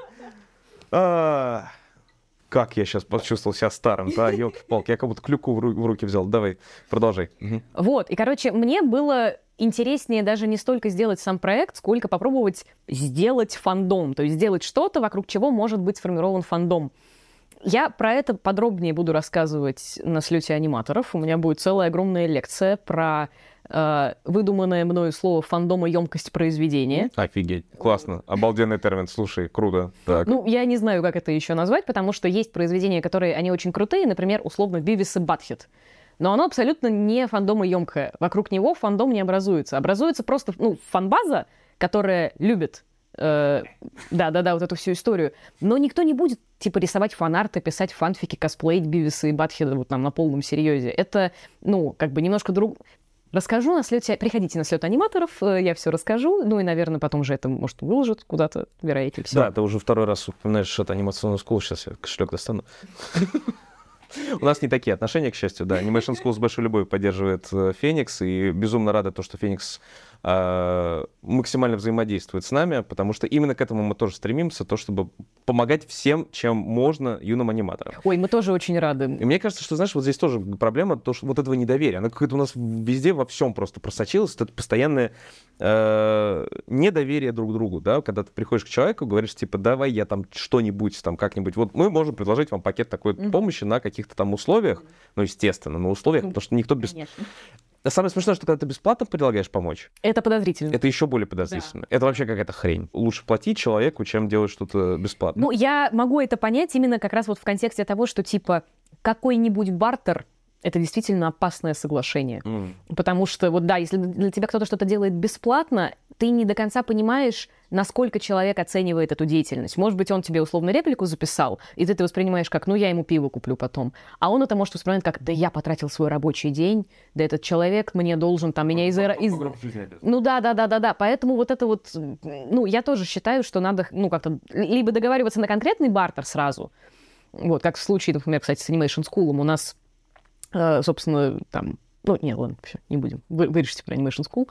Как я сейчас почувствовал себя старым, да, ёлки-палки, я как будто клюку в, ру- в руки взял. Давай, продолжай. Угу. Вот, и, короче, мне было интереснее даже не столько сделать сам проект, сколько попробовать сделать фандом, то есть сделать что-то, вокруг чего может быть сформирован фандом. Я про это подробнее буду рассказывать на слете аниматоров. У меня будет целая огромная лекция про э, выдуманное мною слово фандом и емкость произведения. Офигеть, классно, обалденный термин, слушай, круто. Так. Ну, я не знаю, как это еще назвать, потому что есть произведения, которые, они очень крутые, например, условно, Бивис и Батхед. Но оно абсолютно не фандомоемкое. Вокруг него фандом не образуется. Образуется просто, ну, фанбаза, которая любит да-да-да, вот эту всю историю. Но никто не будет, типа, рисовать фанарты, писать фанфики, косплеить Бивиса и Батхеда вот там на полном серьезе. Это, ну, как бы немножко друг... Расскажу на слете... Приходите на слет аниматоров, я все расскажу. Ну и, наверное, потом же это, может, выложат куда-то, вероятнее всего. Да, ты уже второй раз упоминаешь что-то анимационную школу. Сейчас я кошелек достану. У нас не такие отношения, к счастью, да. Animation School с большой любовью поддерживает Феникс, и безумно рада то, что Феникс э, максимально взаимодействует с нами, потому что именно к этому мы тоже стремимся, то, чтобы помогать всем, чем можно юным аниматорам. Ой, мы тоже очень рады. И мне кажется, что, знаешь, вот здесь тоже проблема, то, что вот этого недоверия, оно какое-то у нас везде, во всем просто просочилось, это постоянное э, недоверие друг к другу, да, когда ты приходишь к человеку, говоришь, типа, давай я там что-нибудь там как-нибудь, вот мы можем предложить вам пакет такой mm-hmm. помощи на каких-то там условиях, ну, естественно, на условиях, потому что никто без... Конечно. А самое смешное, что когда ты бесплатно предлагаешь помочь, это подозрительно. Это еще более подозрительно. Да. Это вообще какая-то хрень. Лучше платить человеку, чем делать что-то бесплатно. Ну, я могу это понять именно как раз вот в контексте того, что, типа, какой-нибудь бартер — это действительно опасное соглашение. Mm. Потому что, вот да, если для тебя кто-то что-то делает бесплатно, ты не до конца понимаешь, насколько человек оценивает эту деятельность. Может быть, он тебе условно реплику записал, и ты это воспринимаешь как, ну, я ему пиво куплю потом. А он это может воспринимать как, да я потратил свой рабочий день, да этот человек мне должен там меня из... из... Ну да, да, да, да, да. Поэтому вот это вот, ну, я тоже считаю, что надо, ну, как-то либо договариваться на конкретный бартер сразу, вот, как в случае, например, кстати, с Animation School у нас, э, собственно, там, ну, не, ладно, все, не будем, Вы, вырежьте про Animation School.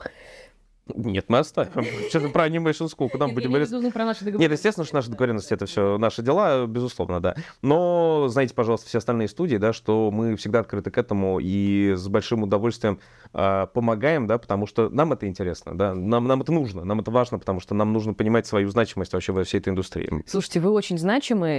Нет, мы оставим. Что-то про Animation School. Куда мы будем говорить? Нет, естественно, что наши договоренности — это все наши дела, безусловно, да. Но знайте, пожалуйста, все остальные студии, да, что мы всегда открыты к этому и с большим удовольствием э, помогаем, да, потому что нам это интересно, да, нам, нам это нужно, нам это важно, потому что нам нужно понимать свою значимость вообще во всей этой индустрии. Слушайте, вы очень значимы,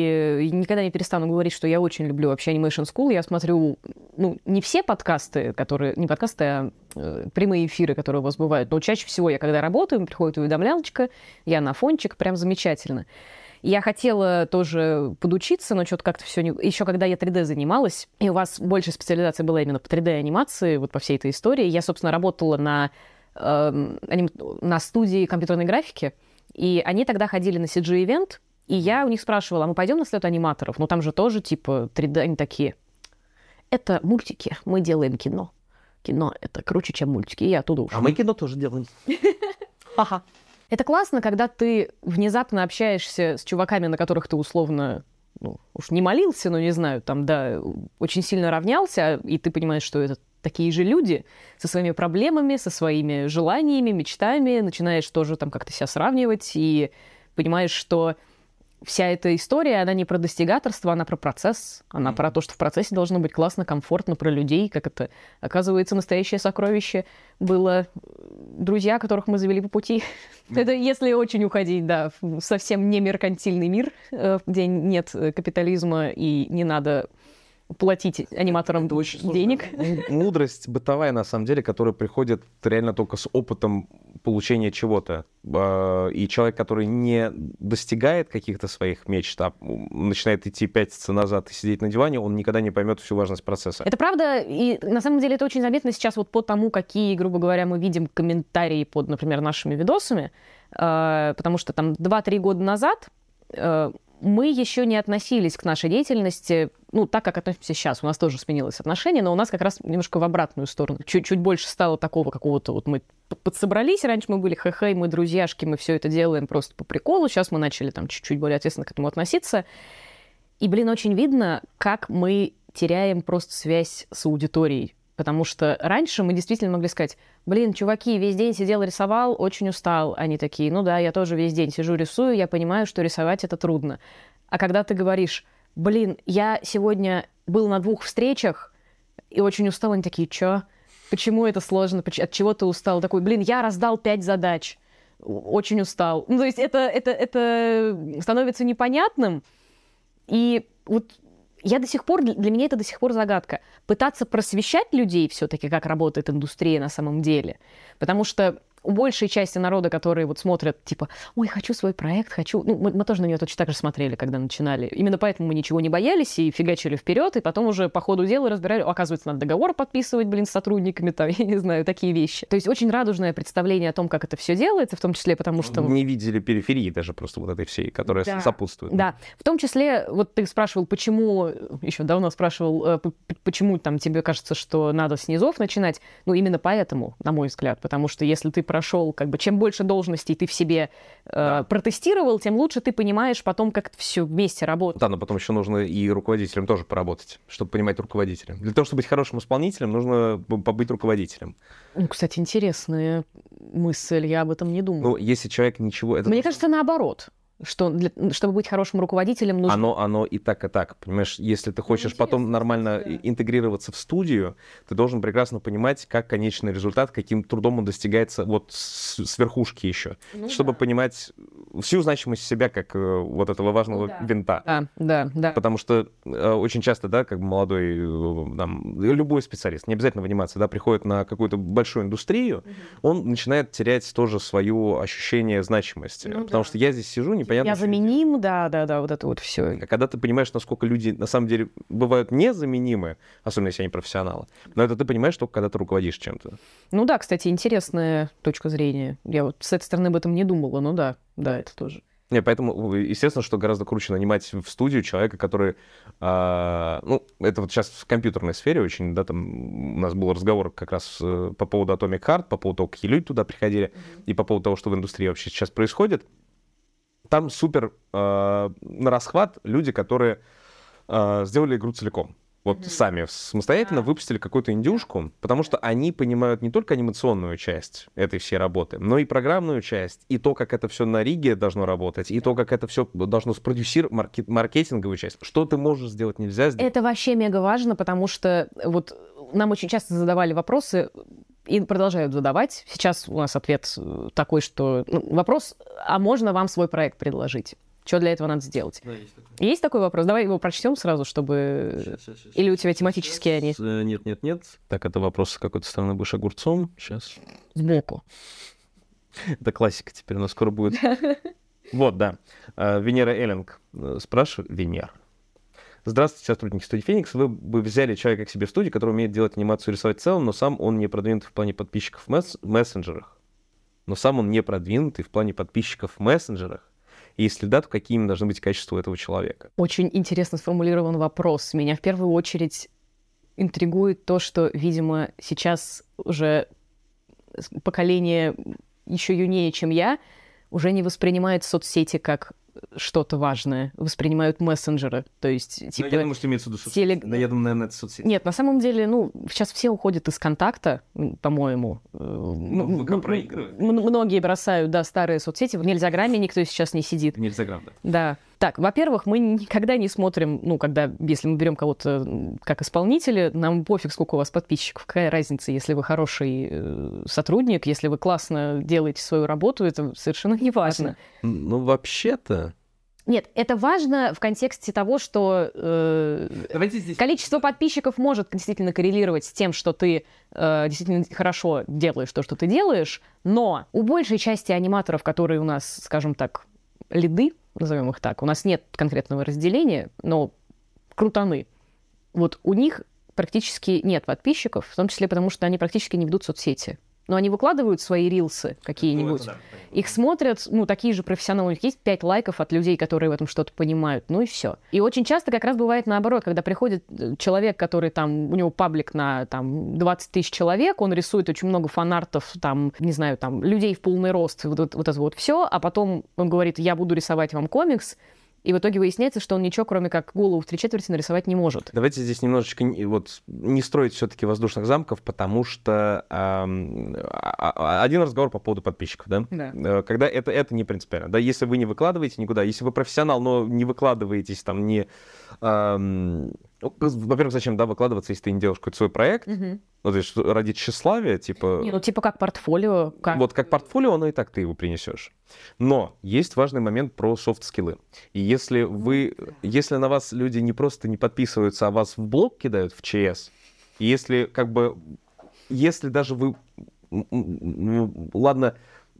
и никогда не перестану говорить, что я очень люблю вообще Animation School. Я смотрю, ну, не все подкасты, которые, не подкасты, а э, прямые эфиры, которые у вас бывают, но чаще всего я, когда работаю, приходит уведомлялочка, я на фончик, прям замечательно. Я хотела тоже подучиться, но что-то как-то все не... Еще когда я три дэ занималась, и у вас больше специализация была именно по три дэ-анимации, вот по всей этой истории, я, собственно, работала на, э, аним... на студии компьютерной графики, и они тогда ходили на си джи-ивент, и я у них спрашивала, а мы пойдем на слет аниматоров? Ну, там же тоже, типа, три дэ, они такие, это мультики, мы делаем кино. Кино — это круче, чем мультики, и я оттуда ушла. А мы кино тоже делаем. Ага. Это классно, когда ты внезапно общаешься с чуваками, на которых ты условно, ну, уж не молился, но не знаю, там, да, очень сильно равнялся, и ты понимаешь, что это такие же люди со своими проблемами, со своими желаниями, мечтами, начинаешь тоже там как-то себя сравнивать и понимаешь, что вся эта история, она не про достигаторство, она про процесс. Она mm-hmm. про то, что в процессе должно быть классно, комфортно, про людей, как это, оказывается, настоящее сокровище было друзья, которых мы завели по пути. Это если очень уходить, да, в совсем не меркантильный мир, где нет капитализма и не надо платить аниматорам денег. Мудрость бытовая, на самом деле, которая приходит реально только с опытом получения чего-то. И человек, который не достигает каких-то своих мечт, а начинает идти пятиться назад и сидеть на диване, он никогда не поймет всю важность процесса. Это правда, и на самом деле это очень заметно сейчас вот по тому, какие, грубо говоря, мы видим комментарии под, например, нашими видосами, потому что там два-три года назад мы еще не относились к нашей деятельности, ну, так, как относимся сейчас. У нас тоже сменилось отношение, но у нас как раз немножко в обратную сторону. Чуть-чуть больше стало такого какого-то... Вот мы подсобрались, раньше мы были хэ-хэй, мы друзьяшки, мы все это делаем просто по приколу. Сейчас мы начали там чуть-чуть более ответственно к этому относиться. И, блин, очень видно, как мы теряем просто связь с аудиторией. Потому что раньше мы действительно могли сказать: блин, чуваки, весь день сидел, рисовал, очень устал. Они такие: ну да, я тоже весь день сижу, рисую, я понимаю, что рисовать это трудно. А когда ты говоришь: блин, я сегодня был на двух встречах и очень устал, они такие: чё? Почему это сложно? От чего ты устал? Такой: блин, я раздал пять задач, очень устал. Ну, то есть это, это, это становится непонятным. И вот... Я до сих пор, для меня это до сих пор загадка. Пытаться просвещать людей все-таки, как работает индустрия на самом деле. Потому что у большей части народа, которые вот смотрят, типа: ой, хочу свой проект, хочу... Ну, мы, мы тоже на нее точно так же смотрели, когда начинали. Именно поэтому мы ничего не боялись и фигачили вперед, и потом уже по ходу дела разбирали: оказывается, надо договор подписывать, блин, с сотрудниками, там, я не знаю, такие вещи. То есть очень радужное представление о том, как это все делается, в том числе потому что... Не видели периферии даже просто вот этой всей, которая да. сопутствует. Да, в том числе, вот ты спрашивал, почему, еще давно спрашивал, почему там тебе кажется, что надо с низов начинать. Ну, именно поэтому, на мой взгляд, потому что если ты прошел, как бы, чем больше должностей ты в себе э, да. протестировал, тем лучше ты понимаешь потом, как это все вместе работает. Да, но потом еще нужно и руководителем тоже поработать, чтобы понимать руководителя. Для того, чтобы быть хорошим исполнителем, нужно побыть руководителем. Ну, кстати, интересная мысль, я об этом не думала. Ну, если человек ничего... Это... Мне кажется, наоборот. Что для, чтобы быть хорошим руководителем, нужно... Оно, оно и так, и так. Понимаешь, если ты хочешь ну, потом нормально да. интегрироваться в студию, ты должен прекрасно понимать, как конечный результат, каким трудом он достигается вот с, с верхушки еще. Ну, чтобы да. понимать всю значимость себя как вот этого важного ну, да. винта. Да, да, да. Потому что э, очень часто, да, как молодой, там, любой специалист, не обязательно в анимации, да, приходит на какую-то большую индустрию, угу. он начинает терять тоже свое ощущение значимости. Ну, потому да. что я здесь сижу, не понятно, я заменим, да, да, да, вот это вот все. А когда ты понимаешь, насколько люди на самом деле бывают незаменимы, особенно если они профессионалы, но это ты понимаешь только когда ты руководишь чем-то. Ну да, кстати, интересная точка зрения. Я вот с этой стороны об этом не думала, но да, да, это тоже. Не, поэтому, естественно, что гораздо круче нанимать в студию человека, который, а, ну, это вот сейчас в компьютерной сфере очень, да, там у нас был разговор как раз по поводу Atomic Heart, по поводу того, какие люди туда приходили, mm-hmm. и по поводу того, что в индустрии вообще сейчас происходит. Там супер э, на расхват люди, которые э, сделали игру целиком. Вот mm-hmm. сами самостоятельно yeah. выпустили какую-то индюшку, потому что они понимают не только анимационную часть этой всей работы, но и программную часть, и то, как это все на риге должно работать, и то, как это все должно спродюсировать, маркет, маркетинговую часть. Что ты можешь сделать, нельзя сделать. Это вообще мега важно, потому что вот нам очень часто задавали вопросы, и продолжают задавать. Сейчас у нас ответ такой, что... Ну, вопрос: а можно вам свой проект предложить? Что для этого надо сделать? Да, есть такой. Есть такой вопрос? Давай его прочтем сразу, чтобы... Сейчас, сейчас, сейчас, Или у тебя тематические сейчас, они? Нет, нет, нет. Так, это вопрос с какой-то стороны будешь огурцом. Сейчас. Сбоку. Это классика теперь у нас скоро будет. Вот, да. Венера Эллинг спрашивает. Венера. Здравствуйте, сотрудники студии Феникс. Вы бы взяли человека к себе в студию, который умеет делать анимацию и рисовать в целом, но сам он не продвинутый в плане подписчиков в месс- мессенджерах. Но сам он не продвинутый в плане подписчиков в мессенджерах. И если да, то какими должны быть качества у этого человека? Очень интересно сформулирован вопрос. Меня в первую очередь интригует то, что, видимо, сейчас уже поколение еще юнее, чем я, уже не воспринимает соцсети как что-то важное, воспринимают мессенджеры, то есть типа... Ну, я думаю, что имеется в виду соцсети. Телег... Да, я думаю, наверное, это соцсети. Нет, на самом деле, ну, сейчас все уходят из контакта, по-моему. Ну, ВК проигрывает. Многие бросают, да, старые соцсети. В Нельзяграме никто сейчас не сидит. В Нельзяграм, да. Да. Так, во-первых, мы никогда не смотрим, ну, когда, если мы берем кого-то как исполнителя, нам пофиг, сколько у вас подписчиков, какая разница, если вы хороший э, сотрудник, если вы классно делаете свою работу, это совершенно не важно. Ну, вообще-то... Нет, это важно в контексте того, что э, здесь... количество подписчиков может действительно коррелировать с тем, что ты э, действительно хорошо делаешь то, что ты делаешь, но у большей части аниматоров, которые у нас, скажем так, лиды, назовем их так, у нас нет конкретного разделения, но крутаны. Вот у них практически нет подписчиков, в том числе потому, что они практически не ведут соцсети. Но они выкладывают свои рилсы какие-нибудь, ну, да, их смотрят, ну, такие же профессионалы, у них есть пять лайков от людей, которые в этом что-то понимают, ну и все. И очень часто как раз бывает наоборот, когда приходит человек, который там, у него паблик на там двадцать тысяч человек, он рисует очень много фанартов, там, не знаю, там, людей в полный рост, вот, вот, вот это вот все, а потом он говорит, я буду рисовать вам комикс, и в итоге выясняется, что он ничего, кроме как голову в три четверти, нарисовать не может. Давайте здесь немножечко вот, не строить все-таки воздушных замков, потому что эм, один разговор по поводу подписчиков, да? Да. Когда это, это не принципиально. Да? Если вы не выкладываете никуда, если вы профессионал, но не выкладываетесь, там, не... Эм, во-первых, зачем, да, выкладываться, если ты не делаешь какой-то свой проект? Угу. Ну, то есть ради тщеславия, типа... Не, ну, типа как портфолио. Как... Вот как портфолио, оно и так ты его принесешь. Но есть важный момент про софт-скиллы. И если вы... Если на вас люди не просто не подписываются, а вас в блог кидают в ЧС, и если как бы... Если даже вы... Ну, ладно...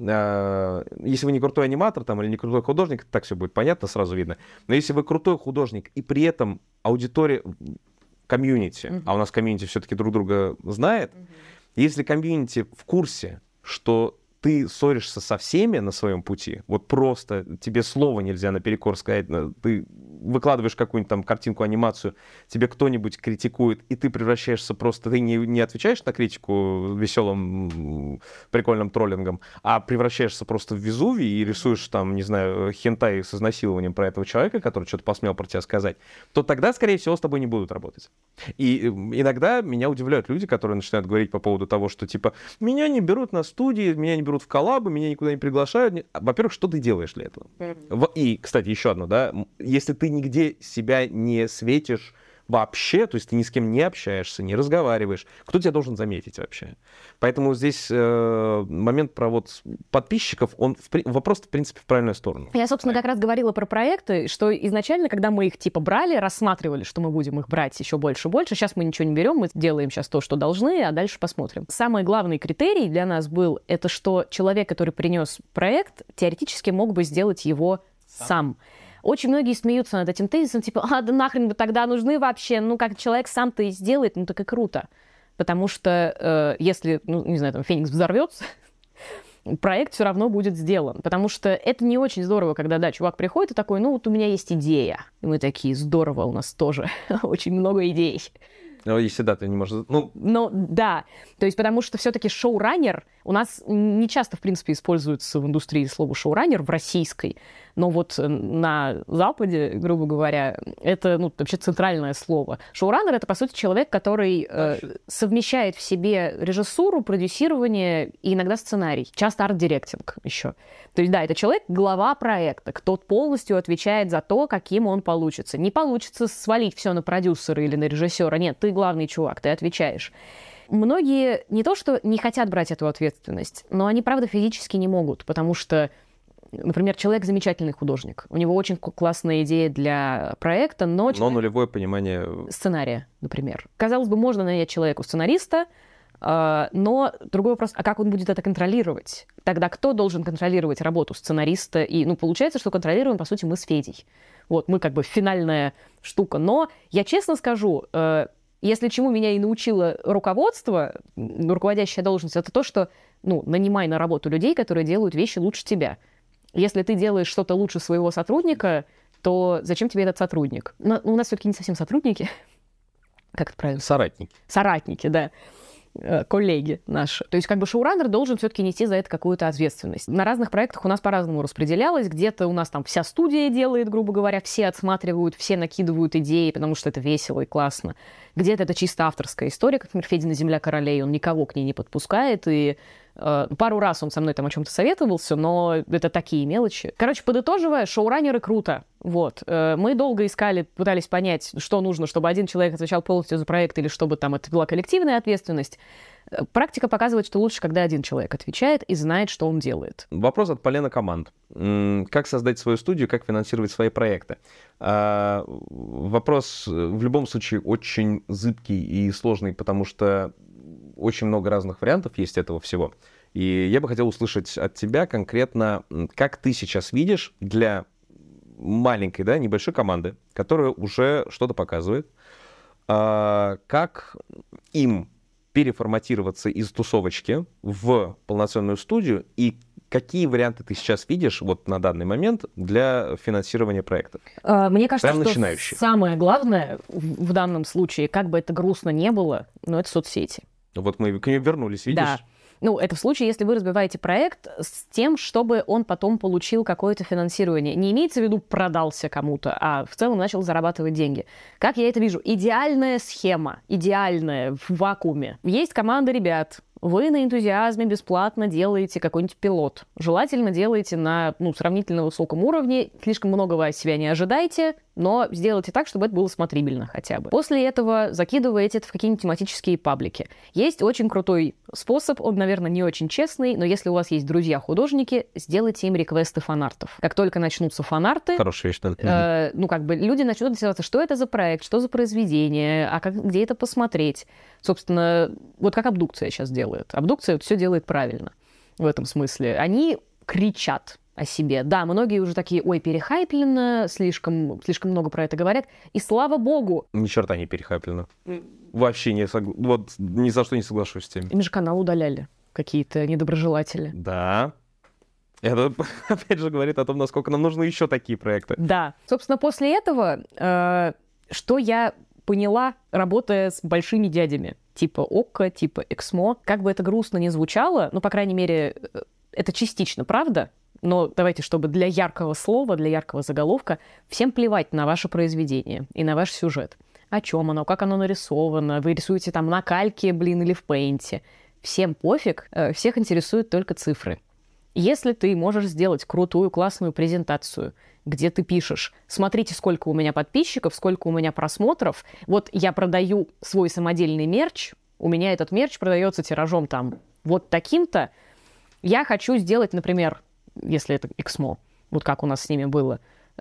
Если вы не крутой аниматор там, или не крутой художник, так все будет понятно, сразу видно. Но если вы крутой художник, и при этом аудитория, комьюнити, mm-hmm. а у нас комьюнити все-таки друг друга знает, mm-hmm. если комьюнити в курсе, что ты ссоришься со всеми на своем пути, вот просто тебе слова нельзя наперекор сказать, ты выкладываешь какую-нибудь там картинку, анимацию, тебе кто-нибудь критикует, и ты превращаешься просто, ты не, не отвечаешь на критику веселым, прикольным троллингом, а превращаешься просто в Везувий и рисуешь там, не знаю, хентай с изнасилованием про этого человека, который что-то посмел про тебя сказать, то тогда, скорее всего, с тобой не будут работать. И иногда меня удивляют люди, которые начинают говорить по поводу того, что типа, меня не берут на студии, меня не берут в коллабы, меня никуда не приглашают. Во-первых, что ты делаешь для этого? Mm-hmm. И, кстати, еще одно, да, если ты нигде себя не светишь вообще, то есть ты ни с кем не общаешься, не разговариваешь, кто тебя должен заметить вообще? Поэтому здесь э, момент про вот подписчиков, он в, вопрос, в принципе, в правильную сторону. Я, собственно, как раз говорила про проекты, что изначально, когда мы их типа брали, рассматривали, что мы будем их брать еще больше и больше, сейчас мы ничего не берем, мы делаем сейчас то, что должны, а дальше посмотрим. Самый главный критерий для нас был, это что человек, который принес проект, теоретически мог бы сделать его сам. сам. Очень многие смеются над этим тезисом, типа, а, да нахрен вы тогда нужны вообще, ну, как человек сам-то и сделает, ну, так и круто. Потому что э, если, ну, не знаю, там, Феникс взорвется, проект все равно будет сделан. Потому что это не очень здорово, когда, да, чувак приходит и такой, ну, вот у меня есть идея. И мы такие, здорово, у нас тоже очень много идей. Но если да, ты не можешь... Ну, ну да, то есть потому что все-таки шоураннер, у нас не часто, в принципе, используется в индустрии слово шоураннер, в российской, но вот на Западе, грубо говоря, это ну, вообще центральное слово. Шоураннер — это, по сути, человек, который э, совмещает в себе режиссуру, продюсирование и иногда сценарий, часто арт-директинг еще. То есть да, это человек, глава проекта, кто полностью отвечает за то, каким он получится. Не получится свалить все на продюсера или на режиссера, нет, ты главный чувак, ты отвечаешь. Многие не то что не хотят брать эту ответственность, но они, правда, физически не могут, потому что, например, человек замечательный художник, у него очень классная идея для проекта, но... Но человек... нулевое понимание... Сценария, например. Казалось бы, можно нанять человеку сценариста, но другой вопрос, а как он будет это контролировать? Тогда кто должен контролировать работу сценариста? И, ну, получается, что контролируем, по сути, мы с Федей. Вот, мы как бы финальная штука. Но я честно скажу, если чему меня и научило руководство, руководящая должность, это то, что, ну, нанимай на работу людей, которые делают вещи лучше тебя. Если ты делаешь что-то лучше своего сотрудника, то зачем тебе этот сотрудник? Но у нас все-таки не совсем сотрудники. Как это правильно? Соратники. Соратники, да. Коллеги наши. То есть как бы шоураннер должен все-таки нести за это какую-то ответственность. На разных проектах у нас по-разному распределялось. Где-то у нас там вся студия делает, грубо говоря, все отсматривают, все накидывают идеи, потому что это весело и классно. Где-то это чисто авторская история, как, например, Федина «Земля королей». Он никого к ней не подпускает, и Пару раз он со мной там о чем-то советовался, но это такие мелочи. Короче, подытоживая, шоураннеры круто. Вот. Мы долго искали, пытались понять, что нужно, чтобы один человек отвечал полностью за проект или чтобы там это была коллективная ответственность. Практика показывает, что лучше, когда один человек отвечает и знает, что он делает. Вопрос от полена команд. Как создать свою студию, как финансировать свои проекты? Вопрос в любом случае очень зыбкий и сложный, потому что очень много разных вариантов есть этого всего. И я бы хотел услышать от тебя конкретно, как ты сейчас видишь для маленькой, да, небольшой команды, которая уже что-то показывает, как им переформатироваться из тусовочки в полноценную студию, и какие варианты ты сейчас видишь вот на данный момент для финансирования проектов? Мне кажется, Прям что начинающие. Самое главное в данном случае, как бы это грустно не было, но это соцсети. Вот мы к ним вернулись, видишь? Да. Ну, это в случае, если вы разбиваете проект с тем, чтобы он потом получил какое-то финансирование. Не имеется в виду продался кому-то, а в целом начал зарабатывать деньги. Как я это вижу? Идеальная схема, идеальная, в вакууме. Есть команда ребят. Вы на энтузиазме бесплатно делаете какой-нибудь пилот. Желательно делаете на ну, сравнительно высоком уровне. Слишком много вы от себя не ожидайте, но сделайте так, чтобы это было смотрибельно хотя бы. После этого закидываете это в какие-нибудь тематические паблики. Есть очень крутой способ, он, наверное, не очень честный, но если у вас есть друзья-художники, сделайте им реквесты фанартов. Как только начнутся фанарты, Хорошая вещь, да. э, ну, как бы люди начнут интересоваться, что это за проект, что за произведение, а как, где это посмотреть. Собственно, вот как абдукция сейчас делает. Абдукция вот все делает правильно в этом смысле. Они кричат о себе. Да, многие уже такие, ой, перехайплено, слишком, слишком много про это говорят. И слава богу. Ни черта не перехайплено. Вообще не согла... вот ни за что не соглашусь с тем. Им же канал удаляли какие-то недоброжелатели. Да. Это, опять же, говорит о том, насколько нам нужны еще такие проекты. Да. Собственно, после этого, э, что я поняла, работая с большими дядями, типа ОККО, типа Эксмо, как бы это грустно ни звучало, ну, по крайней мере, это частично правда, но давайте, чтобы для яркого слова, для яркого заголовка, всем плевать на ваше произведение и на ваш сюжет. О чем оно, как оно нарисовано, вы рисуете там на кальке, блин, или в пейнте. Всем пофиг, всех интересуют только цифры. Если ты можешь сделать крутую, классную презентацию, где ты пишешь, смотрите, сколько у меня подписчиков, сколько у меня просмотров, вот я продаю свой самодельный мерч, у меня этот мерч продается тиражом там вот таким-то, я хочу сделать, например, если это Эксмо, вот как у нас с ними было,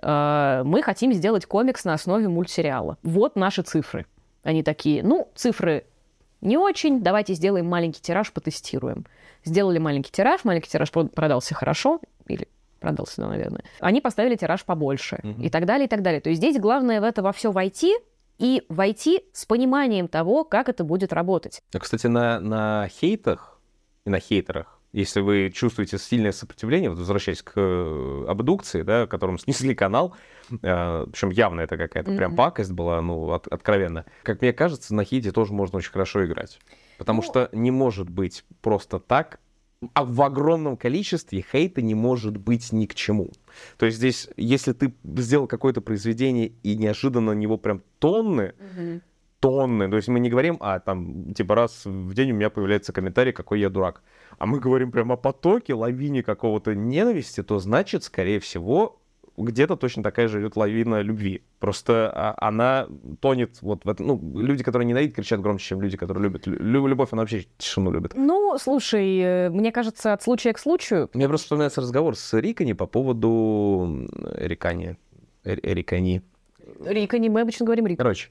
э, мы хотим сделать комикс на основе мультсериала. Вот наши цифры. Они такие, ну, цифры не очень, давайте сделаем маленький тираж, потестируем. Сделали маленький тираж, маленький тираж продался хорошо, или продался, да, наверное. Они поставили тираж побольше, mm-hmm. и так далее, и так далее. То есть здесь главное в это во все войти, и войти с пониманием того, как это будет работать. Кстати, на, на хейтах и на хейтерах, если вы чувствуете сильное сопротивление, вот возвращаясь к абдукции, да, которым снесли канал, э, причем явно это какая-то mm-hmm. прям пакость была, ну, от, откровенно. Как мне кажется, на хейте тоже можно очень хорошо играть. Потому ну... что не может быть просто так, а в огромном количестве хейта не может быть ни к чему. То есть здесь, если ты сделал какое-то произведение и неожиданно на него прям тонны, mm-hmm. тонны, то есть мы не говорим, а там, типа, раз в день у меня появляется комментарий, какой я дурак, а мы говорим прям о потоке, лавине какого-то ненависти, то значит, скорее всего, где-то точно такая же идет лавина любви. Просто она тонет вот в этом. Ну, люди, которые ненавидят, кричат громче, чем люди, которые любят. Лю- любовь, она вообще тишину любит. Ну, слушай, мне кажется, от случая к случаю... Мне просто вспоминается разговор с Рикани по поводу Рикани. Рикани. Рикани, мы обычно говорим Рик. Короче,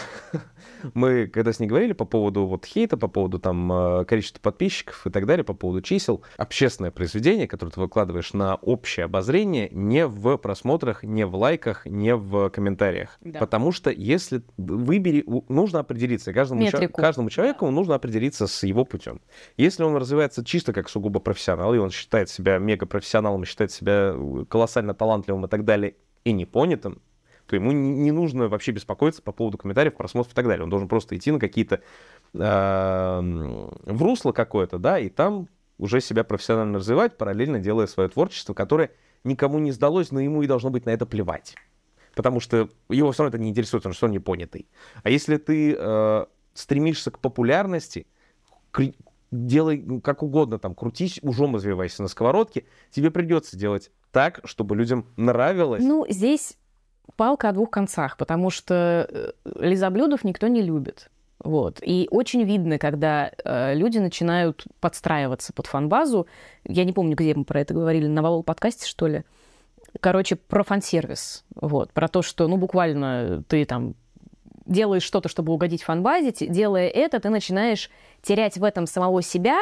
мы когда с ней говорили по поводу вот хейта, по поводу там количества подписчиков и так далее, по поводу чисел, общественное произведение, которое ты выкладываешь на общее обозрение, не в просмотрах, не в лайках, не в комментариях. Да. Потому что если выбери, нужно определиться, каждому, ча- каждому человеку нужно определиться с его путем. Если он развивается чисто как сугубо профессионал, и он считает себя мегапрофессионалом, считает себя колоссально талантливым и так далее, и непонятым, то ему не нужно вообще беспокоиться по поводу комментариев, просмотров и так далее. Он должен просто идти на какие-то... Э, в русло какое-то, да, и там уже себя профессионально развивать, параллельно делая свое творчество, которое никому не сдалось, но ему и должно быть на это плевать. Потому что его все равно это не интересует, он все равно непонятый. А если ты э, стремишься к популярности, к, делай как угодно, там, крутись, ужом извивайся на сковородке, тебе придется делать так, чтобы людям нравилось. Ну, здесь палка о двух концах, потому что лизоблюдов никто не любит. Вот. И очень видно, когда э, люди начинают подстраиваться под фан-базу. Я не помню, где мы про это говорили, на Вавол подкасте, что ли. Короче, про фан-сервис. Вот. Про то, что, ну, буквально ты там делаешь что-то, чтобы угодить фан-базе, делая это, ты начинаешь терять в этом самого себя.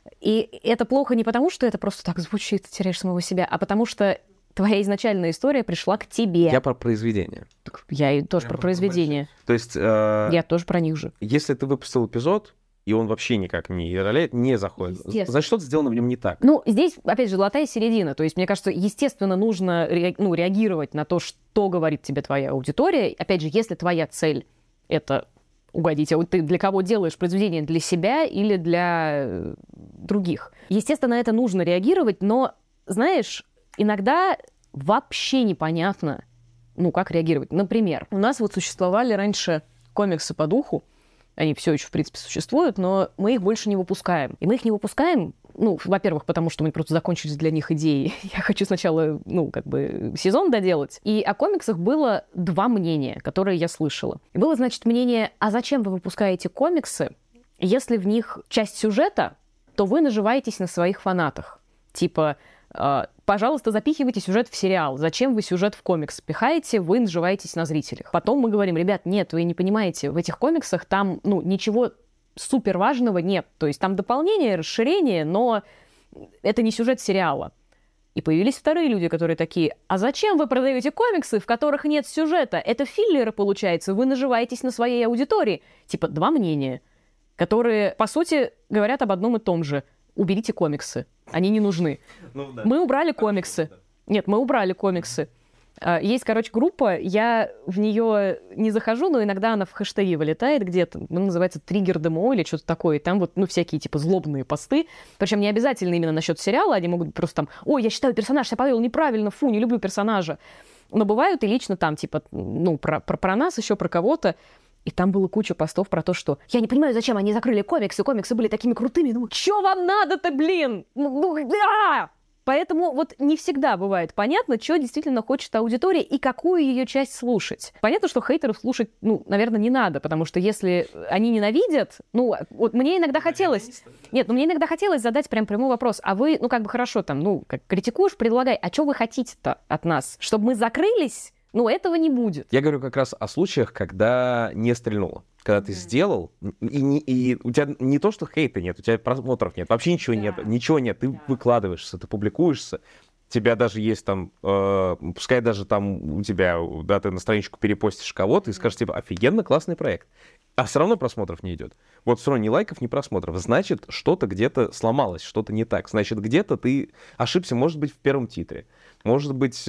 И это плохо не потому, что это просто так звучит, ты теряешь самого себя, а потому что твоя изначальная история пришла к тебе. Я про произведение. Я и тоже я про произведение. То есть... Э, я тоже про них же. Если ты выпустил эпизод, и он вообще никак не роляет, не заходит, значит, что-то сделано в нем не так. Ну, здесь, опять же, золотая середина. То есть, мне кажется, естественно, нужно ре, ну, реагировать на то, что говорит тебе твоя аудитория. Опять же, если твоя цель — это угодить, а вот ты для кого делаешь произведение? Для себя или для других? Естественно, на это нужно реагировать, но, знаешь... Иногда вообще непонятно, ну, как реагировать. Например, у нас вот существовали раньше комиксы по духу, они все еще, в принципе, существуют, но мы их больше не выпускаем. И мы их не выпускаем, ну, во-первых, потому что мы просто закончились для них идеи. Я хочу сначала, ну, как бы сезон доделать. И о комиксах было два мнения, которые я слышала. И было, значит, мнение, а зачем вы выпускаете комиксы, если в них часть сюжета, то вы наживаетесь на своих фанатах. Типа... пожалуйста, запихивайте сюжет в сериал. Зачем вы сюжет в комикс пихаете? Вы наживаетесь на зрителях. Потом мы говорим, ребят, нет, вы не понимаете, в этих комиксах там, ну, ничего супер важного нет. То есть там дополнение, расширение, но это не сюжет сериала. И появились вторые люди, которые такие, а зачем вы продаете комиксы, в которых нет сюжета? Это филлеры, получается, вы наживаетесь на своей аудитории. Типа два мнения, которые, по сути, говорят об одном и том же. Уберите комиксы. Они не нужны. Ну, да. Мы убрали комиксы. Нет, мы убрали комиксы. Есть, короче, группа, я в нее не захожу, но иногда она в хэштеге вылетает где-то, ну, называется «Триггер ДМО» или что-то такое, и там вот, ну, всякие, типа, злобные посты, причем не обязательно именно насчет сериала, они могут просто там, ой, я считаю, персонаж себя повел неправильно, фу, не люблю персонажа. Но бывают и лично там, типа, ну, про, про, про нас еще, про кого-то, и там было куча постов про то, что я не понимаю, зачем они закрыли комиксы, комиксы были такими крутыми. Думаю, что вам надо-то, блин? Ну, да! Поэтому вот не всегда бывает понятно, что действительно хочет аудитория и какую ее часть слушать. Понятно, что хейтеров слушать, ну, наверное, не надо, потому что если они ненавидят, ну, вот мне иногда хотелось... Нет, ну, мне иногда хотелось задать прям прямой вопрос. А вы, ну, как бы хорошо там, ну, как критикуешь, предлагай, а что вы хотите-то от нас? Чтобы мы закрылись? Ну, этого не будет. Я говорю как раз о случаях, когда не стрельнуло. Когда ты сделал, и, не, и у тебя не то, что хейта нет, у тебя просмотров нет, вообще ничего да. нет, ничего нет, ты да. выкладываешься, ты публикуешься, у тебя даже есть там, э, пускай даже там у тебя, да, ты на страничку перепостишь кого-то и скажешь, типа, офигенно, классный проект, а все равно просмотров не идет. Вот все равно ни лайков, ни просмотров. Значит, что-то где-то сломалось, что-то не так. Значит, где-то ты ошибся, может быть, в первом титре. Может быть,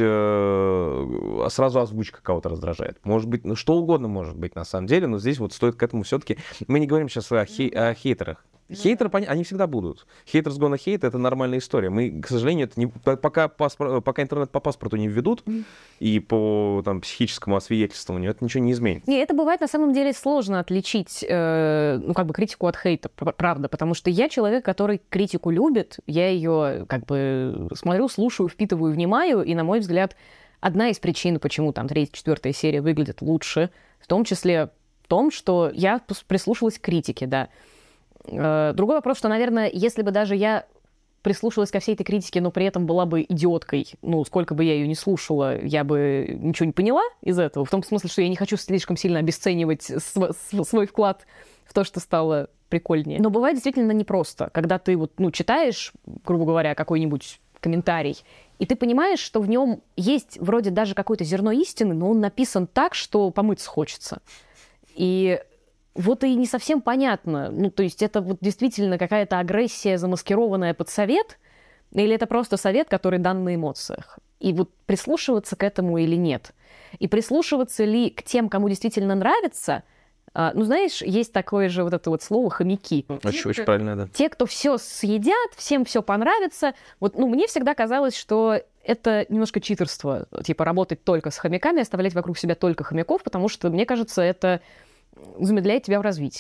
э, сразу озвучка кого-то раздражает. Может быть, ну, что угодно может быть на самом деле, но здесь вот стоит к этому все-таки... Мы не говорим сейчас о, хей... о хейтерах. Хейтеры, они всегда будут. Haters gonna hate — это нормальная история. Мы, к сожалению, это не... пока, паспор... пока интернет по паспорту не введут и по там, психическому освидетельствованию, это ничего не изменит. Не, это бывает на самом деле сложно отличить, э, ну, как бы критику от хейта, правда, потому что я человек, который критику любит, я ее как бы смотрю, слушаю, впитываю, внимаю, и, на мой взгляд, одна из причин, почему там третья, четвертая серия выглядит лучше, в том числе в том, что я прислушалась к критике, да. Другой вопрос, что, наверное, если бы даже я прислушалась ко всей этой критике, но при этом была бы идиоткой, ну, сколько бы я ее ни слушала, я бы ничего не поняла из этого, в том смысле, что я не хочу слишком сильно обесценивать св- свой вклад в то, что стало прикольнее. Но бывает действительно непросто, когда ты вот, ну, читаешь, грубо говоря, какой-нибудь комментарий, и ты понимаешь, что в нем есть вроде даже какое-то зерно истины, но он написан так, что помыться хочется. И вот и не совсем понятно, ну, то есть это вот действительно какая-то агрессия, замаскированная под совет, или это просто совет, который дан на эмоциях? И вот прислушиваться к этому или нет? И прислушиваться ли к тем, кому действительно нравится? А, ну, знаешь, есть такое же вот это вот слово «хомяки». Очень, очень правильно, да. Те, кто все съедят, всем все понравится. Вот, ну, мне всегда казалось, что это немножко читерство, типа работать только с хомяками, оставлять вокруг себя только хомяков, потому что, мне кажется, это замедляет тебя в развитии.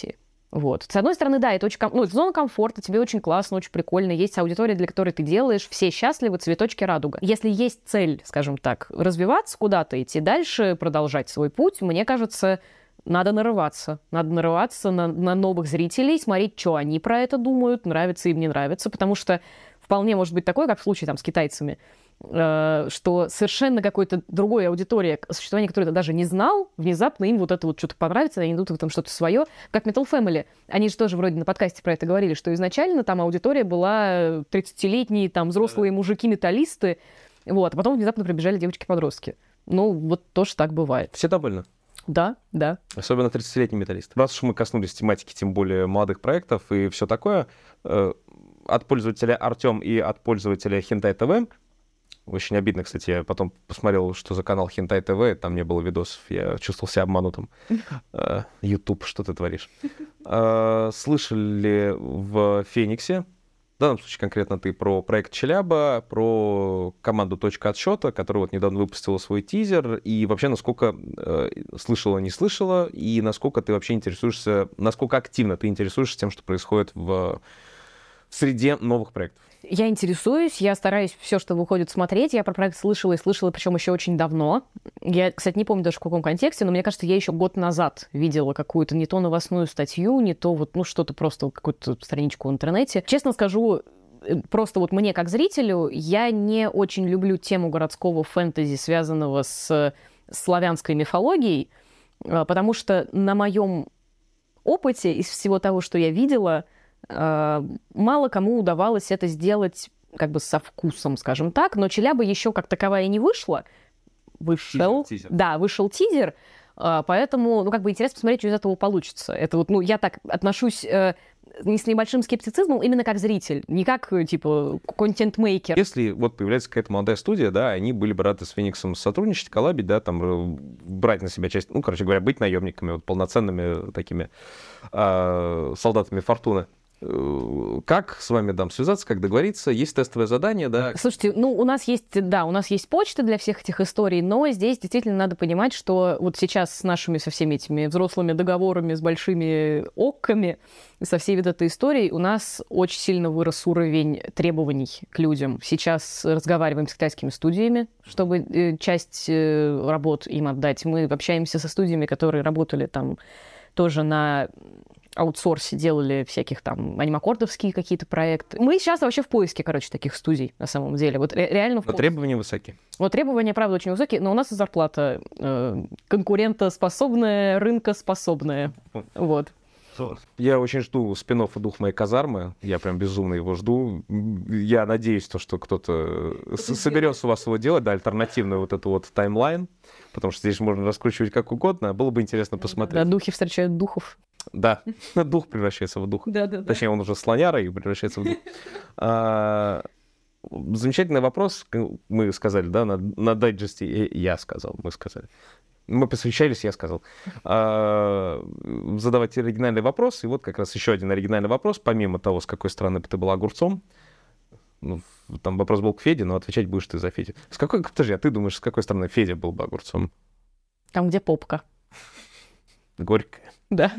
Вот. С одной стороны, да, это очень ком... ну, это зона комфорта, тебе очень классно, очень прикольно, есть аудитория, для которой ты делаешь, все счастливы, цветочки, радуга. Если есть цель, скажем так, развиваться куда-то, идти дальше, продолжать свой путь, мне кажется, надо нарываться. Надо нарываться на, на новых зрителей, смотреть, что они про это думают, нравится им, не нравится, потому что вполне может быть такое, как в случае там, с китайцами, что совершенно какой-то другой аудитории, существование которой ты даже не знал, внезапно им вот это вот что-то понравится, они идут в этом что-то свое. Как Metal Family. Они же тоже вроде на подкасте про это говорили, что изначально там аудитория была тридцатилетние там взрослые мужики-металлисты, вот, а потом внезапно прибежали девочки-подростки. Ну, вот тоже так бывает. Все довольны? Да, да. Особенно тридцатилетний металлист. Раз уж мы коснулись тематики, тем более молодых проектов и все такое, э, от пользователя Артем и от пользователя Hentai ти ви. Очень обидно, кстати, я потом посмотрел, что за канал Hentai ти ви, там не было видосов, я чувствовал себя обманутым. YouTube, что ты творишь? Слышали в Фениксе, в данном случае конкретно ты, про проект Челяба, про команду «Точка отсчета», которая вот недавно выпустила свой тизер, и вообще насколько э, слышала, не слышала, и насколько ты вообще интересуешься, насколько активно ты интересуешься тем, что происходит в, в среде новых проектов? Я интересуюсь, я стараюсь все, что выходит, смотреть. Я про проект слышала и слышала, причем еще очень давно. Я, кстати, не помню даже в каком контексте, но мне кажется, я еще год назад видела какую-то не то новостную статью, не то вот, ну, что-то просто, какую-то страничку в интернете. Честно скажу, просто вот мне как зрителю, я не очень люблю тему городского фэнтези, связанного с славянской мифологией, потому что на моем опыте из всего того, что я видела, мало кому удавалось это сделать как бы со вкусом, скажем так, но Челяба еще как таковая не вышла. Вышел, тизер, тизер. Да, вышел тизер, поэтому, ну, как бы интересно посмотреть, что из этого получится. Это вот, ну, я так отношусь э, не с небольшим скептицизмом, именно как зритель, не как, типа, контент-мейкер. Если вот появляется какая-то молодая студия, да, они были бы рады с Фениксом сотрудничать, коллабить, да, там, брать на себя часть, ну, короче говоря, быть наемниками, вот, полноценными такими э, солдатами фортуны. Как с вами, дам, связаться, как договориться? Есть тестовое задание, да? Слушайте, ну, у нас есть, да, у нас есть почта для всех этих историй, но здесь действительно надо понимать, что вот сейчас с нашими, со всеми этими взрослыми договорами, с большими окками, со всей вот этой историей у нас очень сильно вырос уровень требований к людям. Сейчас разговариваем с китайскими студиями, чтобы часть работ им отдать. Мы общаемся со студиями, которые работали там тоже на аутсорсе, делали всяких там анимакордовские какие-то проекты. Мы сейчас вообще в поиске, короче, таких студий, на самом деле. Вот ре- реально в поиске. Требования высокие. Вот требования, правда, очень высокие, но у нас и зарплата э, конкурентоспособная, рынкоспособная. Вот. Я очень жду спин-оффа «Дух моей казармы». Я прям безумно его жду. Я надеюсь, то, что кто-то соберется у вас его делать, да, альтернативную вот эту вот таймлайн, потому что здесь можно раскручивать как угодно. Было бы интересно посмотреть. Да, духи встречают духов. Да, дух превращается в дух. Да, да, да. Точнее, он уже слоняра и превращается в дух. А, замечательный вопрос. Мы сказали, да, на, на дайджесте. Я сказал, мы сказали. Мы посвящались, я сказал. А, задавать оригинальный вопрос. И вот как раз еще один оригинальный вопрос. Помимо того, с какой стороны ты был огурцом. Ну, там вопрос был к Феде, но отвечать будешь ты за Федю. С какой, подожди, а ты думаешь, с какой стороны Федя был бы огурцом? Там, где попка. Горькая. Да.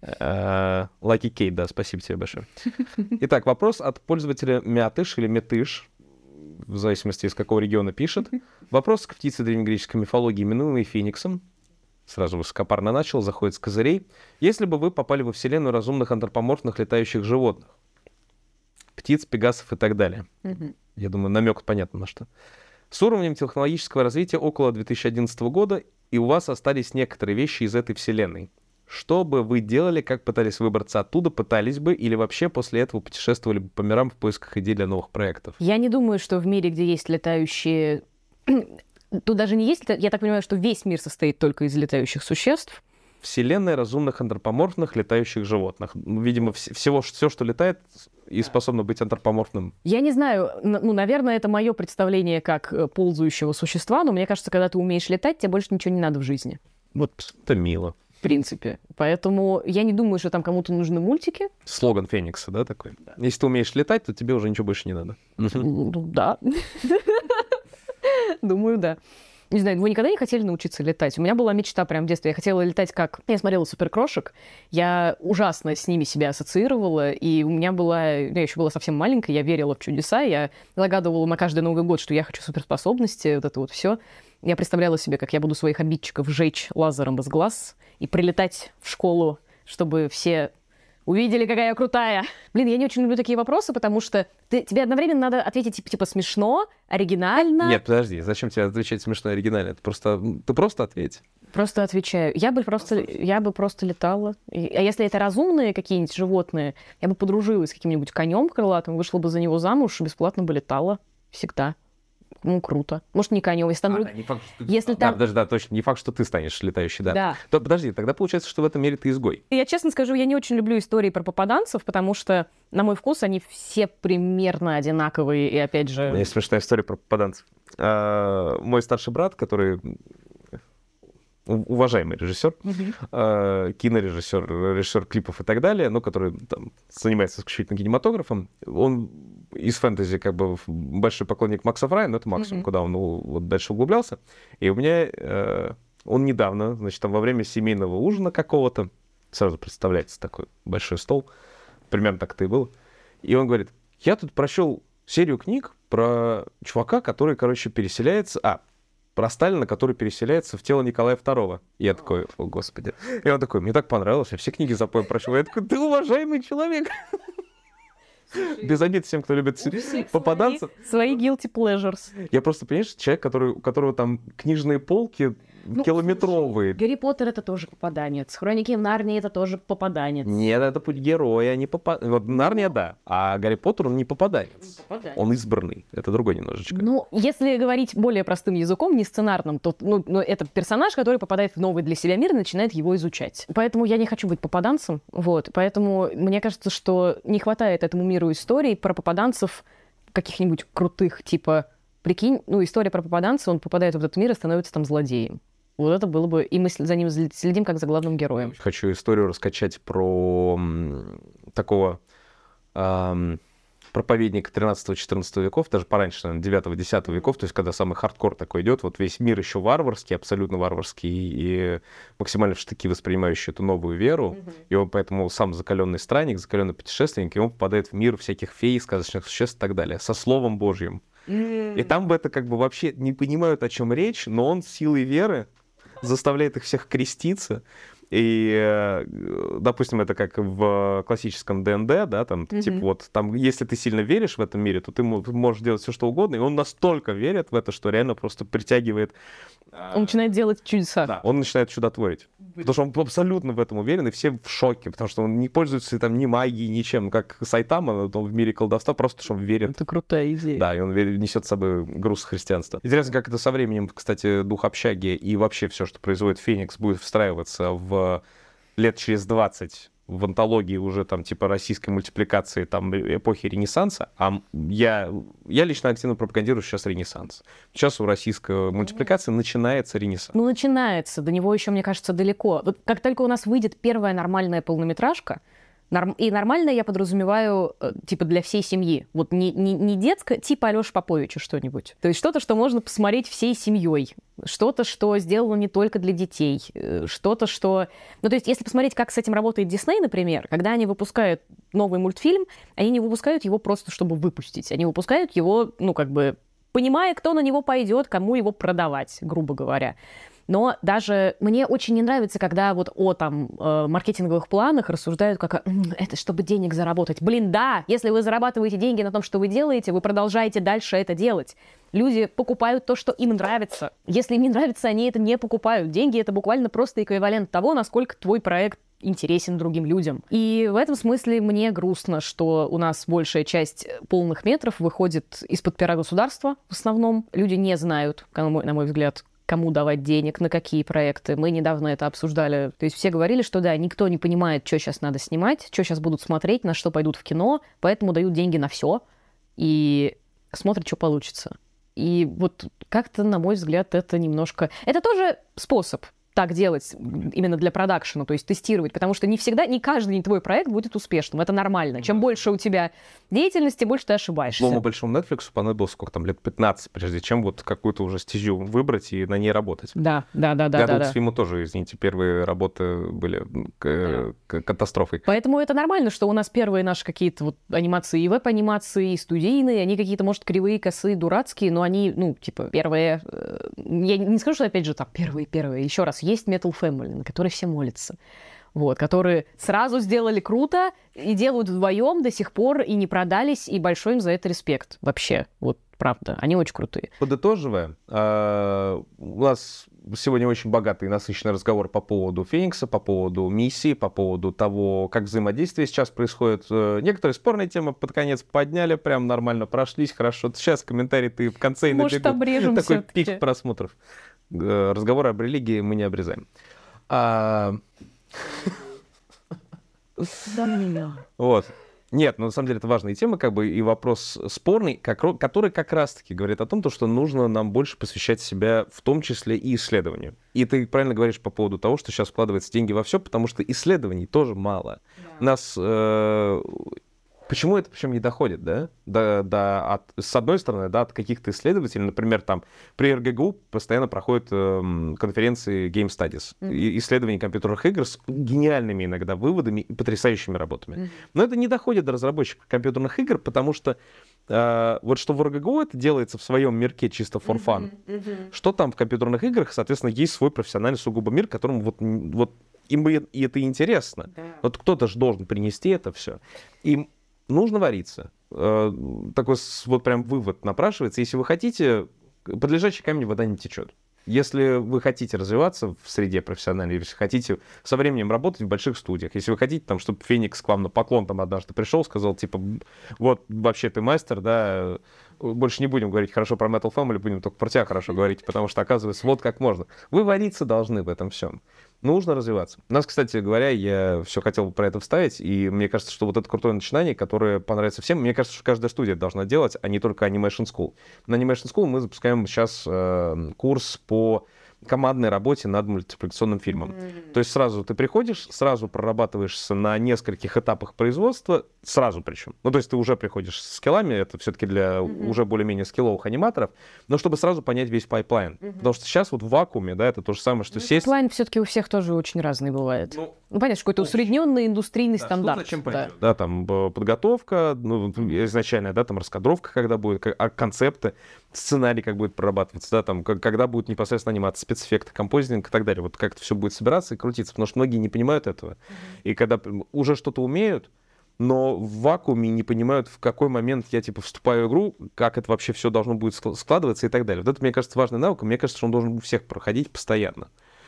Лаки Кейт, да, спасибо тебе большое. Итак, вопрос от пользователя Мятыш или Метыш, в зависимости из какого региона пишет. Вопрос к птице древнегреческой мифологии, именуемой Фениксом. Сразу высокопарно начал, заходит с козырей. Если бы вы попали во вселенную разумных антропоморфных летающих животных, птиц, пегасов и так далее. Mm-hmm. Я думаю, намек понятно на что. С уровнем технологического развития около две тысячи одиннадцатого года, и у вас остались некоторые вещи из этой вселенной. Что бы вы делали, как пытались выбраться оттуда, пытались бы, или вообще после этого путешествовали бы по мирам в поисках идей для новых проектов? Я не думаю, что в мире, где есть летающие... Тут даже не есть... Я так понимаю, что весь мир состоит только из летающих существ. Вселенная разумных антропоморфных летающих животных. Видимо, всего, все, что летает и способно быть антропоморфным. Я не знаю, ну, наверное, это мое представление как ползающего существа, но мне кажется, когда ты умеешь летать, тебе больше ничего не надо в жизни. Вот это мило. В принципе. Поэтому я не думаю, что там кому-то нужны мультики. Слоган Феникса, да, такой? Да. Если ты умеешь летать, то тебе уже ничего больше не надо. Ну, да. Думаю, да. Не знаю, вы никогда не хотели научиться летать? У меня была мечта прям в детстве. Я хотела летать как... Я смотрела «Суперкрошек», я ужасно с ними себя ассоциировала, и у меня была... Я еще была совсем маленькая, я верила в чудеса, я загадывала на каждый Новый год, что я хочу суперспособности, вот это вот все. Я представляла себе, как я буду своих обидчиков сжечь лазером из глаз и прилетать в школу, чтобы все увидели, какая я крутая. Блин, я не очень люблю такие вопросы, потому что ты, тебе одновременно надо ответить типа, типа смешно, оригинально. Нет, подожди, зачем тебе отвечать смешно и оригинально? Это просто, ты просто ответь. Просто отвечаю. Я бы просто, я бы просто летала. И, а если это разумные какие-нибудь животные, я бы подружилась с каким-нибудь конем крылатым, вышла бы за него замуж и бесплатно бы летала. Всегда. Ну, круто. Может, не конем. Если там... А, да, не факт, что ты... если да, там... подожди, да, точно. Не факт, что ты станешь летающей, да. Да. То, подожди, тогда получается, что в этом мире ты изгой. Я честно скажу, я не очень люблю истории про попаданцев, потому что, на мой вкус, они все примерно одинаковые. И опять же... У меня есть смешная история про попаданцев. А, мой старший брат, который... уважаемый режиссер, mm-hmm. э, кинорежиссер, режиссер клипов и так далее, ну, который там, занимается исключительно кинематографом. Он из фэнтези как бы большой поклонник Макса Фрая, но это максимум, mm-hmm. куда он ну, вот дальше углублялся. И у меня э, он недавно, значит, там во время семейного ужина какого-то, сразу представляется такой большой стол, примерно так это и было, и он говорит, я тут прочел серию книг про чувака, который, короче, переселяется... А, про Сталина, который переселяется в тело Николая Второго. И я такой, о, господи. И он такой, мне так понравилось, я все книги запоем прочел. Я такой, ты уважаемый человек. Без обид всем, кто любит попаданцев. Свои guilty pleasures. Я просто, понимаешь, человек, который, у которого там книжные полки ну, километровые. Гарри Поттер — это тоже попаданец. Хроники Нарнии — это тоже попаданец. Нет, это путь героя, не попаданец. Вот Нарния, да. А Гарри Поттер, он не попаданец. попаданец. Он избранный. Это другой немножечко. Ну, если говорить более простым языком, не сценарным, то ну, ну, это персонаж, который попадает в новый для себя мир и начинает его изучать. Поэтому я не хочу быть попаданцем. Вот. Поэтому мне кажется, что не хватает этому миру историй про попаданцев каких-нибудь крутых, типа, прикинь, ну, история про попаданца, он попадает в этот мир и становится там злодеем. Вот это было бы... И мы за ним следим как за главным героем. Хочу историю раскачать про м, такого эм, проповедника тринадцатого-четырнадцатого веков, даже пораньше, наверное, девятого-десятого веков, то есть когда самый хардкор такой идет, вот весь мир еще варварский, абсолютно варварский, и максимально в штыки воспринимающий эту новую веру, mm-hmm. и он поэтому сам закаленный странник, закаленный путешественник, и он попадает в мир всяких фей, сказочных существ и так далее, со Словом Божьим. Mm-hmm. И там бы это как бы вообще не понимают, о чем речь, но он силой веры заставляет их всех креститься. И, допустим, это как в классическом ДНД, да, там, mm-hmm. типа вот, там, если ты сильно веришь в этом мире, то ты можешь делать все, что угодно, и он настолько верит в это, что реально просто притягивает... Он начинает делать чудеса. Да, он начинает чудотворить. Потому что он абсолютно в этом уверен, и все в шоке, потому что он не пользуется там ни магией, ничем, как Сайтама, он в мире колдовства, просто что он верит. Это крутая идея. Да, и он несет с собой груз христианства. Интересно, как это со временем, кстати, дух общаги и вообще все, что производит Феникс, будет встраиваться в лет через двадцать в антологии уже там типа российской мультипликации там эпохи Ренессанса, а я, я лично активно пропагандирую сейчас Ренессанс. Сейчас у российской мультипликации начинается Ренессанс. Ну, начинается. До него еще, мне кажется, далеко. Вот как только у нас выйдет первая нормальная полнометражка, норм... и нормальная я подразумеваю типа для всей семьи. Вот не, не, не детская, типа Алёши Поповича что-нибудь. То есть что-то, что можно посмотреть всей семьей. Что-то, что сделано не только для детей. Что-то, что... Ну, то есть, если посмотреть, как с этим работает Дисней, например, когда они выпускают новый мультфильм, они не выпускают его просто, чтобы выпустить. Они выпускают его, ну, как бы, понимая, кто на него пойдет, кому его продавать, грубо говоря. Но даже мне очень не нравится, когда вот о там э, маркетинговых планах рассуждают, как это чтобы денег заработать. Блин, да, если вы зарабатываете деньги на том, что вы делаете, вы продолжаете дальше это делать. Люди покупают то, что им нравится. Если им не нравится, они это не покупают. Деньги — это буквально просто эквивалент того, насколько твой проект интересен другим людям. И в этом смысле мне грустно, что у нас большая часть полных метров выходит из-под пера государства в основном. Люди не знают, на мой взгляд, кому давать денег, на какие проекты. Мы недавно это обсуждали. То есть все говорили, что да, никто не понимает, что сейчас надо снимать, что сейчас будут смотреть, на что пойдут в кино, поэтому дают деньги на все и смотрят, что получится. И вот как-то, на мой взгляд, это немножко... Это тоже способ. так делать именно для продакшена, то есть тестировать, потому что не всегда, не каждый твой проект будет успешным, это нормально. Чем больше у тебя деятельности, тем больше ты ошибаешься. Злому большому Netflix понадобилось сколько там, лет пятнадцать, прежде чем вот какую-то уже стезю выбрать и на ней работать. Да, да, да, да. Для да, да. Lucasfilm тоже, извините, первые работы были к- к- катастрофой. Поэтому это нормально, что у нас первые наши какие-то вот анимации и веб-анимации, и студийные, они какие-то, может, кривые, косые, дурацкие, но они, ну, типа, первые... э, Я не скажу, что, опять же, там, первые-первые. Еще раз, есть Metal Family, на который все молятся. Вот, которые сразу сделали круто и делают вдвоем до сих пор, и не продались, и большой им за это респект. Вообще, вот, правда, они очень крутые. Подытоживая, а, у нас сегодня очень богатый и насыщенный разговор по поводу Феникса, по поводу миссии, по поводу того, как взаимодействие сейчас происходит. Некоторые спорные темы под конец подняли, прям нормально прошлись, хорошо. Сейчас комментарий ты в конце и Может, набегут. обрежем Такой всё-таки. пик просмотров. Разговоры об религии мы не обрезаем. А... Вот. Нет, ну на самом деле это важная тема, как бы, и вопрос спорный, как, который как раз-таки говорит о том, то, что нужно нам больше посвящать себя, в том числе и исследованию. И ты правильно говоришь по поводу того, что сейчас вкладывается деньги во все, потому что исследований тоже мало. Да. Нас... Э, почему это причем не доходит, да? До, до, от, с одной стороны, да, от каких-то исследователей, например, там при эр гэ гэ у постоянно проходят э, конференции Game Studies, mm-hmm. исследований компьютерных игр с гениальными иногда выводами и потрясающими работами. Mm-hmm. Но это не доходит до разработчиков компьютерных игр, потому что э, вот что в эр гэ гэ у это делается в своем мирке чисто for fun, mm-hmm. Mm-hmm. что там в компьютерных играх, соответственно, есть свой профессиональный сугубо мир, которому вот, вот им и это интересно. Yeah. Вот кто-то же должен принести это все. Им нужно вариться. Такой вот прям вывод напрашивается. Если вы хотите, под лежачий камень вода не течет. Если вы хотите развиваться в среде профессиональной, если хотите со временем работать в больших студиях, если вы хотите, там, чтобы Феникс к вам на поклон там однажды пришел, сказал, типа, вот, вообще ты мастер, да, больше не будем говорить хорошо про Metal Family, будем только про тебя хорошо говорить, потому что, оказывается, вот как можно. Вы вариться должны в этом всем. Нужно развиваться. У нас, кстати говоря, я все хотел про это вставить, и мне кажется, что вот это крутое начинание, которое понравится всем, мне кажется, что каждая студия должна делать, а не только Animation School. На Animation School мы запускаем сейчас э, курс по командной работе над мультипликационным фильмом. Mm-hmm. То есть сразу ты приходишь, сразу прорабатываешься на нескольких этапах производства, сразу причем. Ну, то есть ты уже приходишь с скиллами, это все-таки для mm-hmm. уже более-менее скилловых аниматоров, но чтобы сразу понять весь пайплайн. Mm-hmm. Потому что сейчас вот в вакууме, да, это то же самое, что ну, сесть... Пайплайн все-таки у всех тоже очень разный бывает. Ну, ну понятно, что какой-то усредненный индустрийный да, стандарт. Зачем да. да, там подготовка, ну, изначальная, да, там раскадровка, когда будет, а концепты, сценарий как будет прорабатываться, да, там, когда будет непосредственно анимация, спецэффекты, композитинг и так далее. Вот как это все будет собираться и крутиться, потому что многие не понимают этого. Mm-hmm. И когда уже что-то умеют, но в вакууме не понимают, в какой момент я, типа, вступаю в игру, как это вообще все должно будет складываться и так далее. Вот это, мне кажется, важная наука. Мне кажется, что он должен у всех проходить постоянно.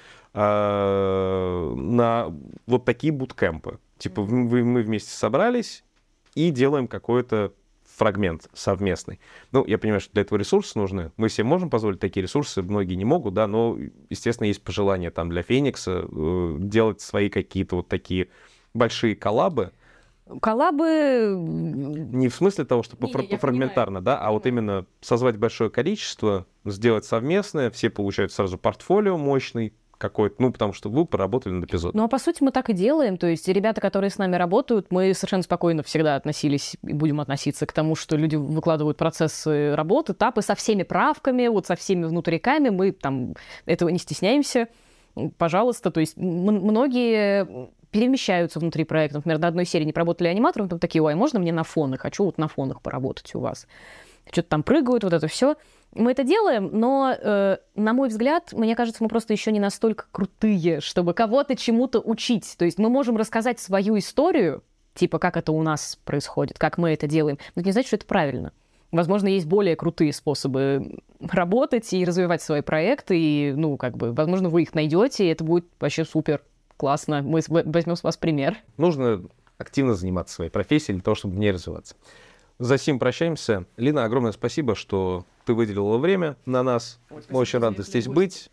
А, на вот такие буткемпы. Типа, mm-hmm. мы вместе собрались и делаем какой-то фрагмент совместный. Ну, я понимаю, что для этого ресурсы нужны. Мы себе можем позволить такие ресурсы, многие не могут, да, но, естественно, есть пожелание там для Феникса э, делать свои какие-то вот такие большие коллабы. Коллабы... Не в смысле того, что не, пофрагментарно, да, а вот именно созвать большое количество, сделать совместное, все получают сразу портфолио мощный, какой-то, ну, потому что вы поработали над эпизодом. Ну, а по сути мы так и делаем. То есть ребята, которые с нами работают, мы совершенно спокойно всегда относились и будем относиться к тому, что люди выкладывают процессы работы, этапы со всеми правками, вот со всеми внутриками. Мы там этого не стесняемся. Пожалуйста. То есть многие перемещаются внутри проекта. Например, на одной серии не поработали аниматором, там такие, ой, можно мне на фонах? Хочу вот на фонах поработать у вас. Что-то там прыгают, вот это все. Мы это делаем, но, э, на мой взгляд, мне кажется, мы просто еще не настолько крутые, чтобы кого-то чему-то учить. То есть мы можем рассказать свою историю, типа, как это у нас происходит, как мы это делаем, но это не значит, что это правильно. Возможно, есть более крутые способы работать и развивать свои проекты, и, ну, как бы, возможно, вы их найдете, и это будет вообще супер классно. Мы возьмем с вас пример. Нужно активно заниматься своей профессией для того, чтобы в ней развиваться. За сим прощаемся. Лина, огромное спасибо, что ты выделила время на нас. Ой, Мы очень рады здесь быть.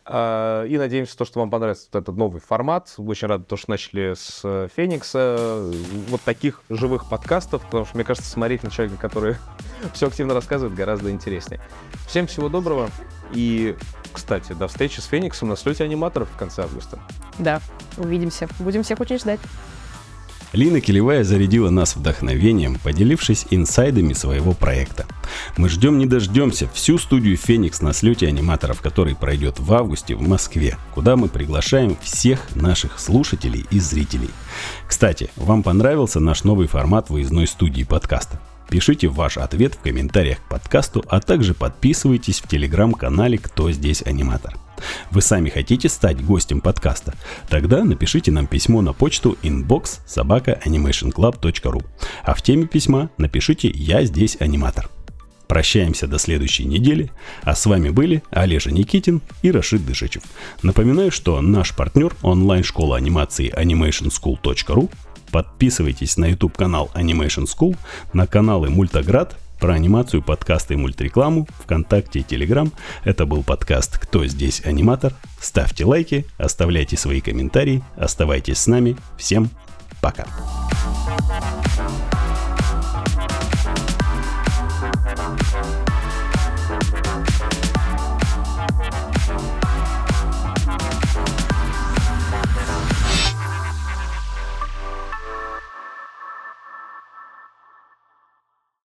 И надеемся, то, что вам понравится вот этот новый формат. Очень рады, то, что начали с Феникса. Вот таких живых подкастов, потому что, мне кажется, смотреть на человека, который все активно рассказывает, гораздо интереснее. Всем всего доброго. И, кстати, до встречи с Фениксом на слете аниматоров в конце августа. Да, увидимся. Будем всех очень ждать. Лина Килевая зарядила нас вдохновением, поделившись инсайдами своего проекта. Мы ждем не дождемся всю студию «Феникс» на слете аниматоров, который пройдет в августе в Москве, куда мы приглашаем всех наших слушателей и зрителей. Кстати, вам понравился наш новый формат выездной студии подкаста? Пишите ваш ответ в комментариях к подкасту, а также подписывайтесь в телеграм-канале «Кто здесь аниматор?». Вы сами хотите стать гостем подкаста? Тогда напишите нам письмо на почту инбокс собака анимейшн клаб точка ру, а в теме письма напишите «Я здесь аниматор». Прощаемся до следующей недели, а с вами были Олежа Никитин и Рашид Дышичев. Напоминаю, что наш партнер онлайн-школа анимации анимейшн скул точка ру. Подписывайтесь на YouTube-канал Animation School, на каналы Мультоград, про анимацию, подкасты и мультрекламу, ВКонтакте и Телеграм. Это был подкаст «Кто здесь аниматор?». Ставьте лайки, оставляйте свои комментарии, оставайтесь с нами. Всем пока! We'll be right back.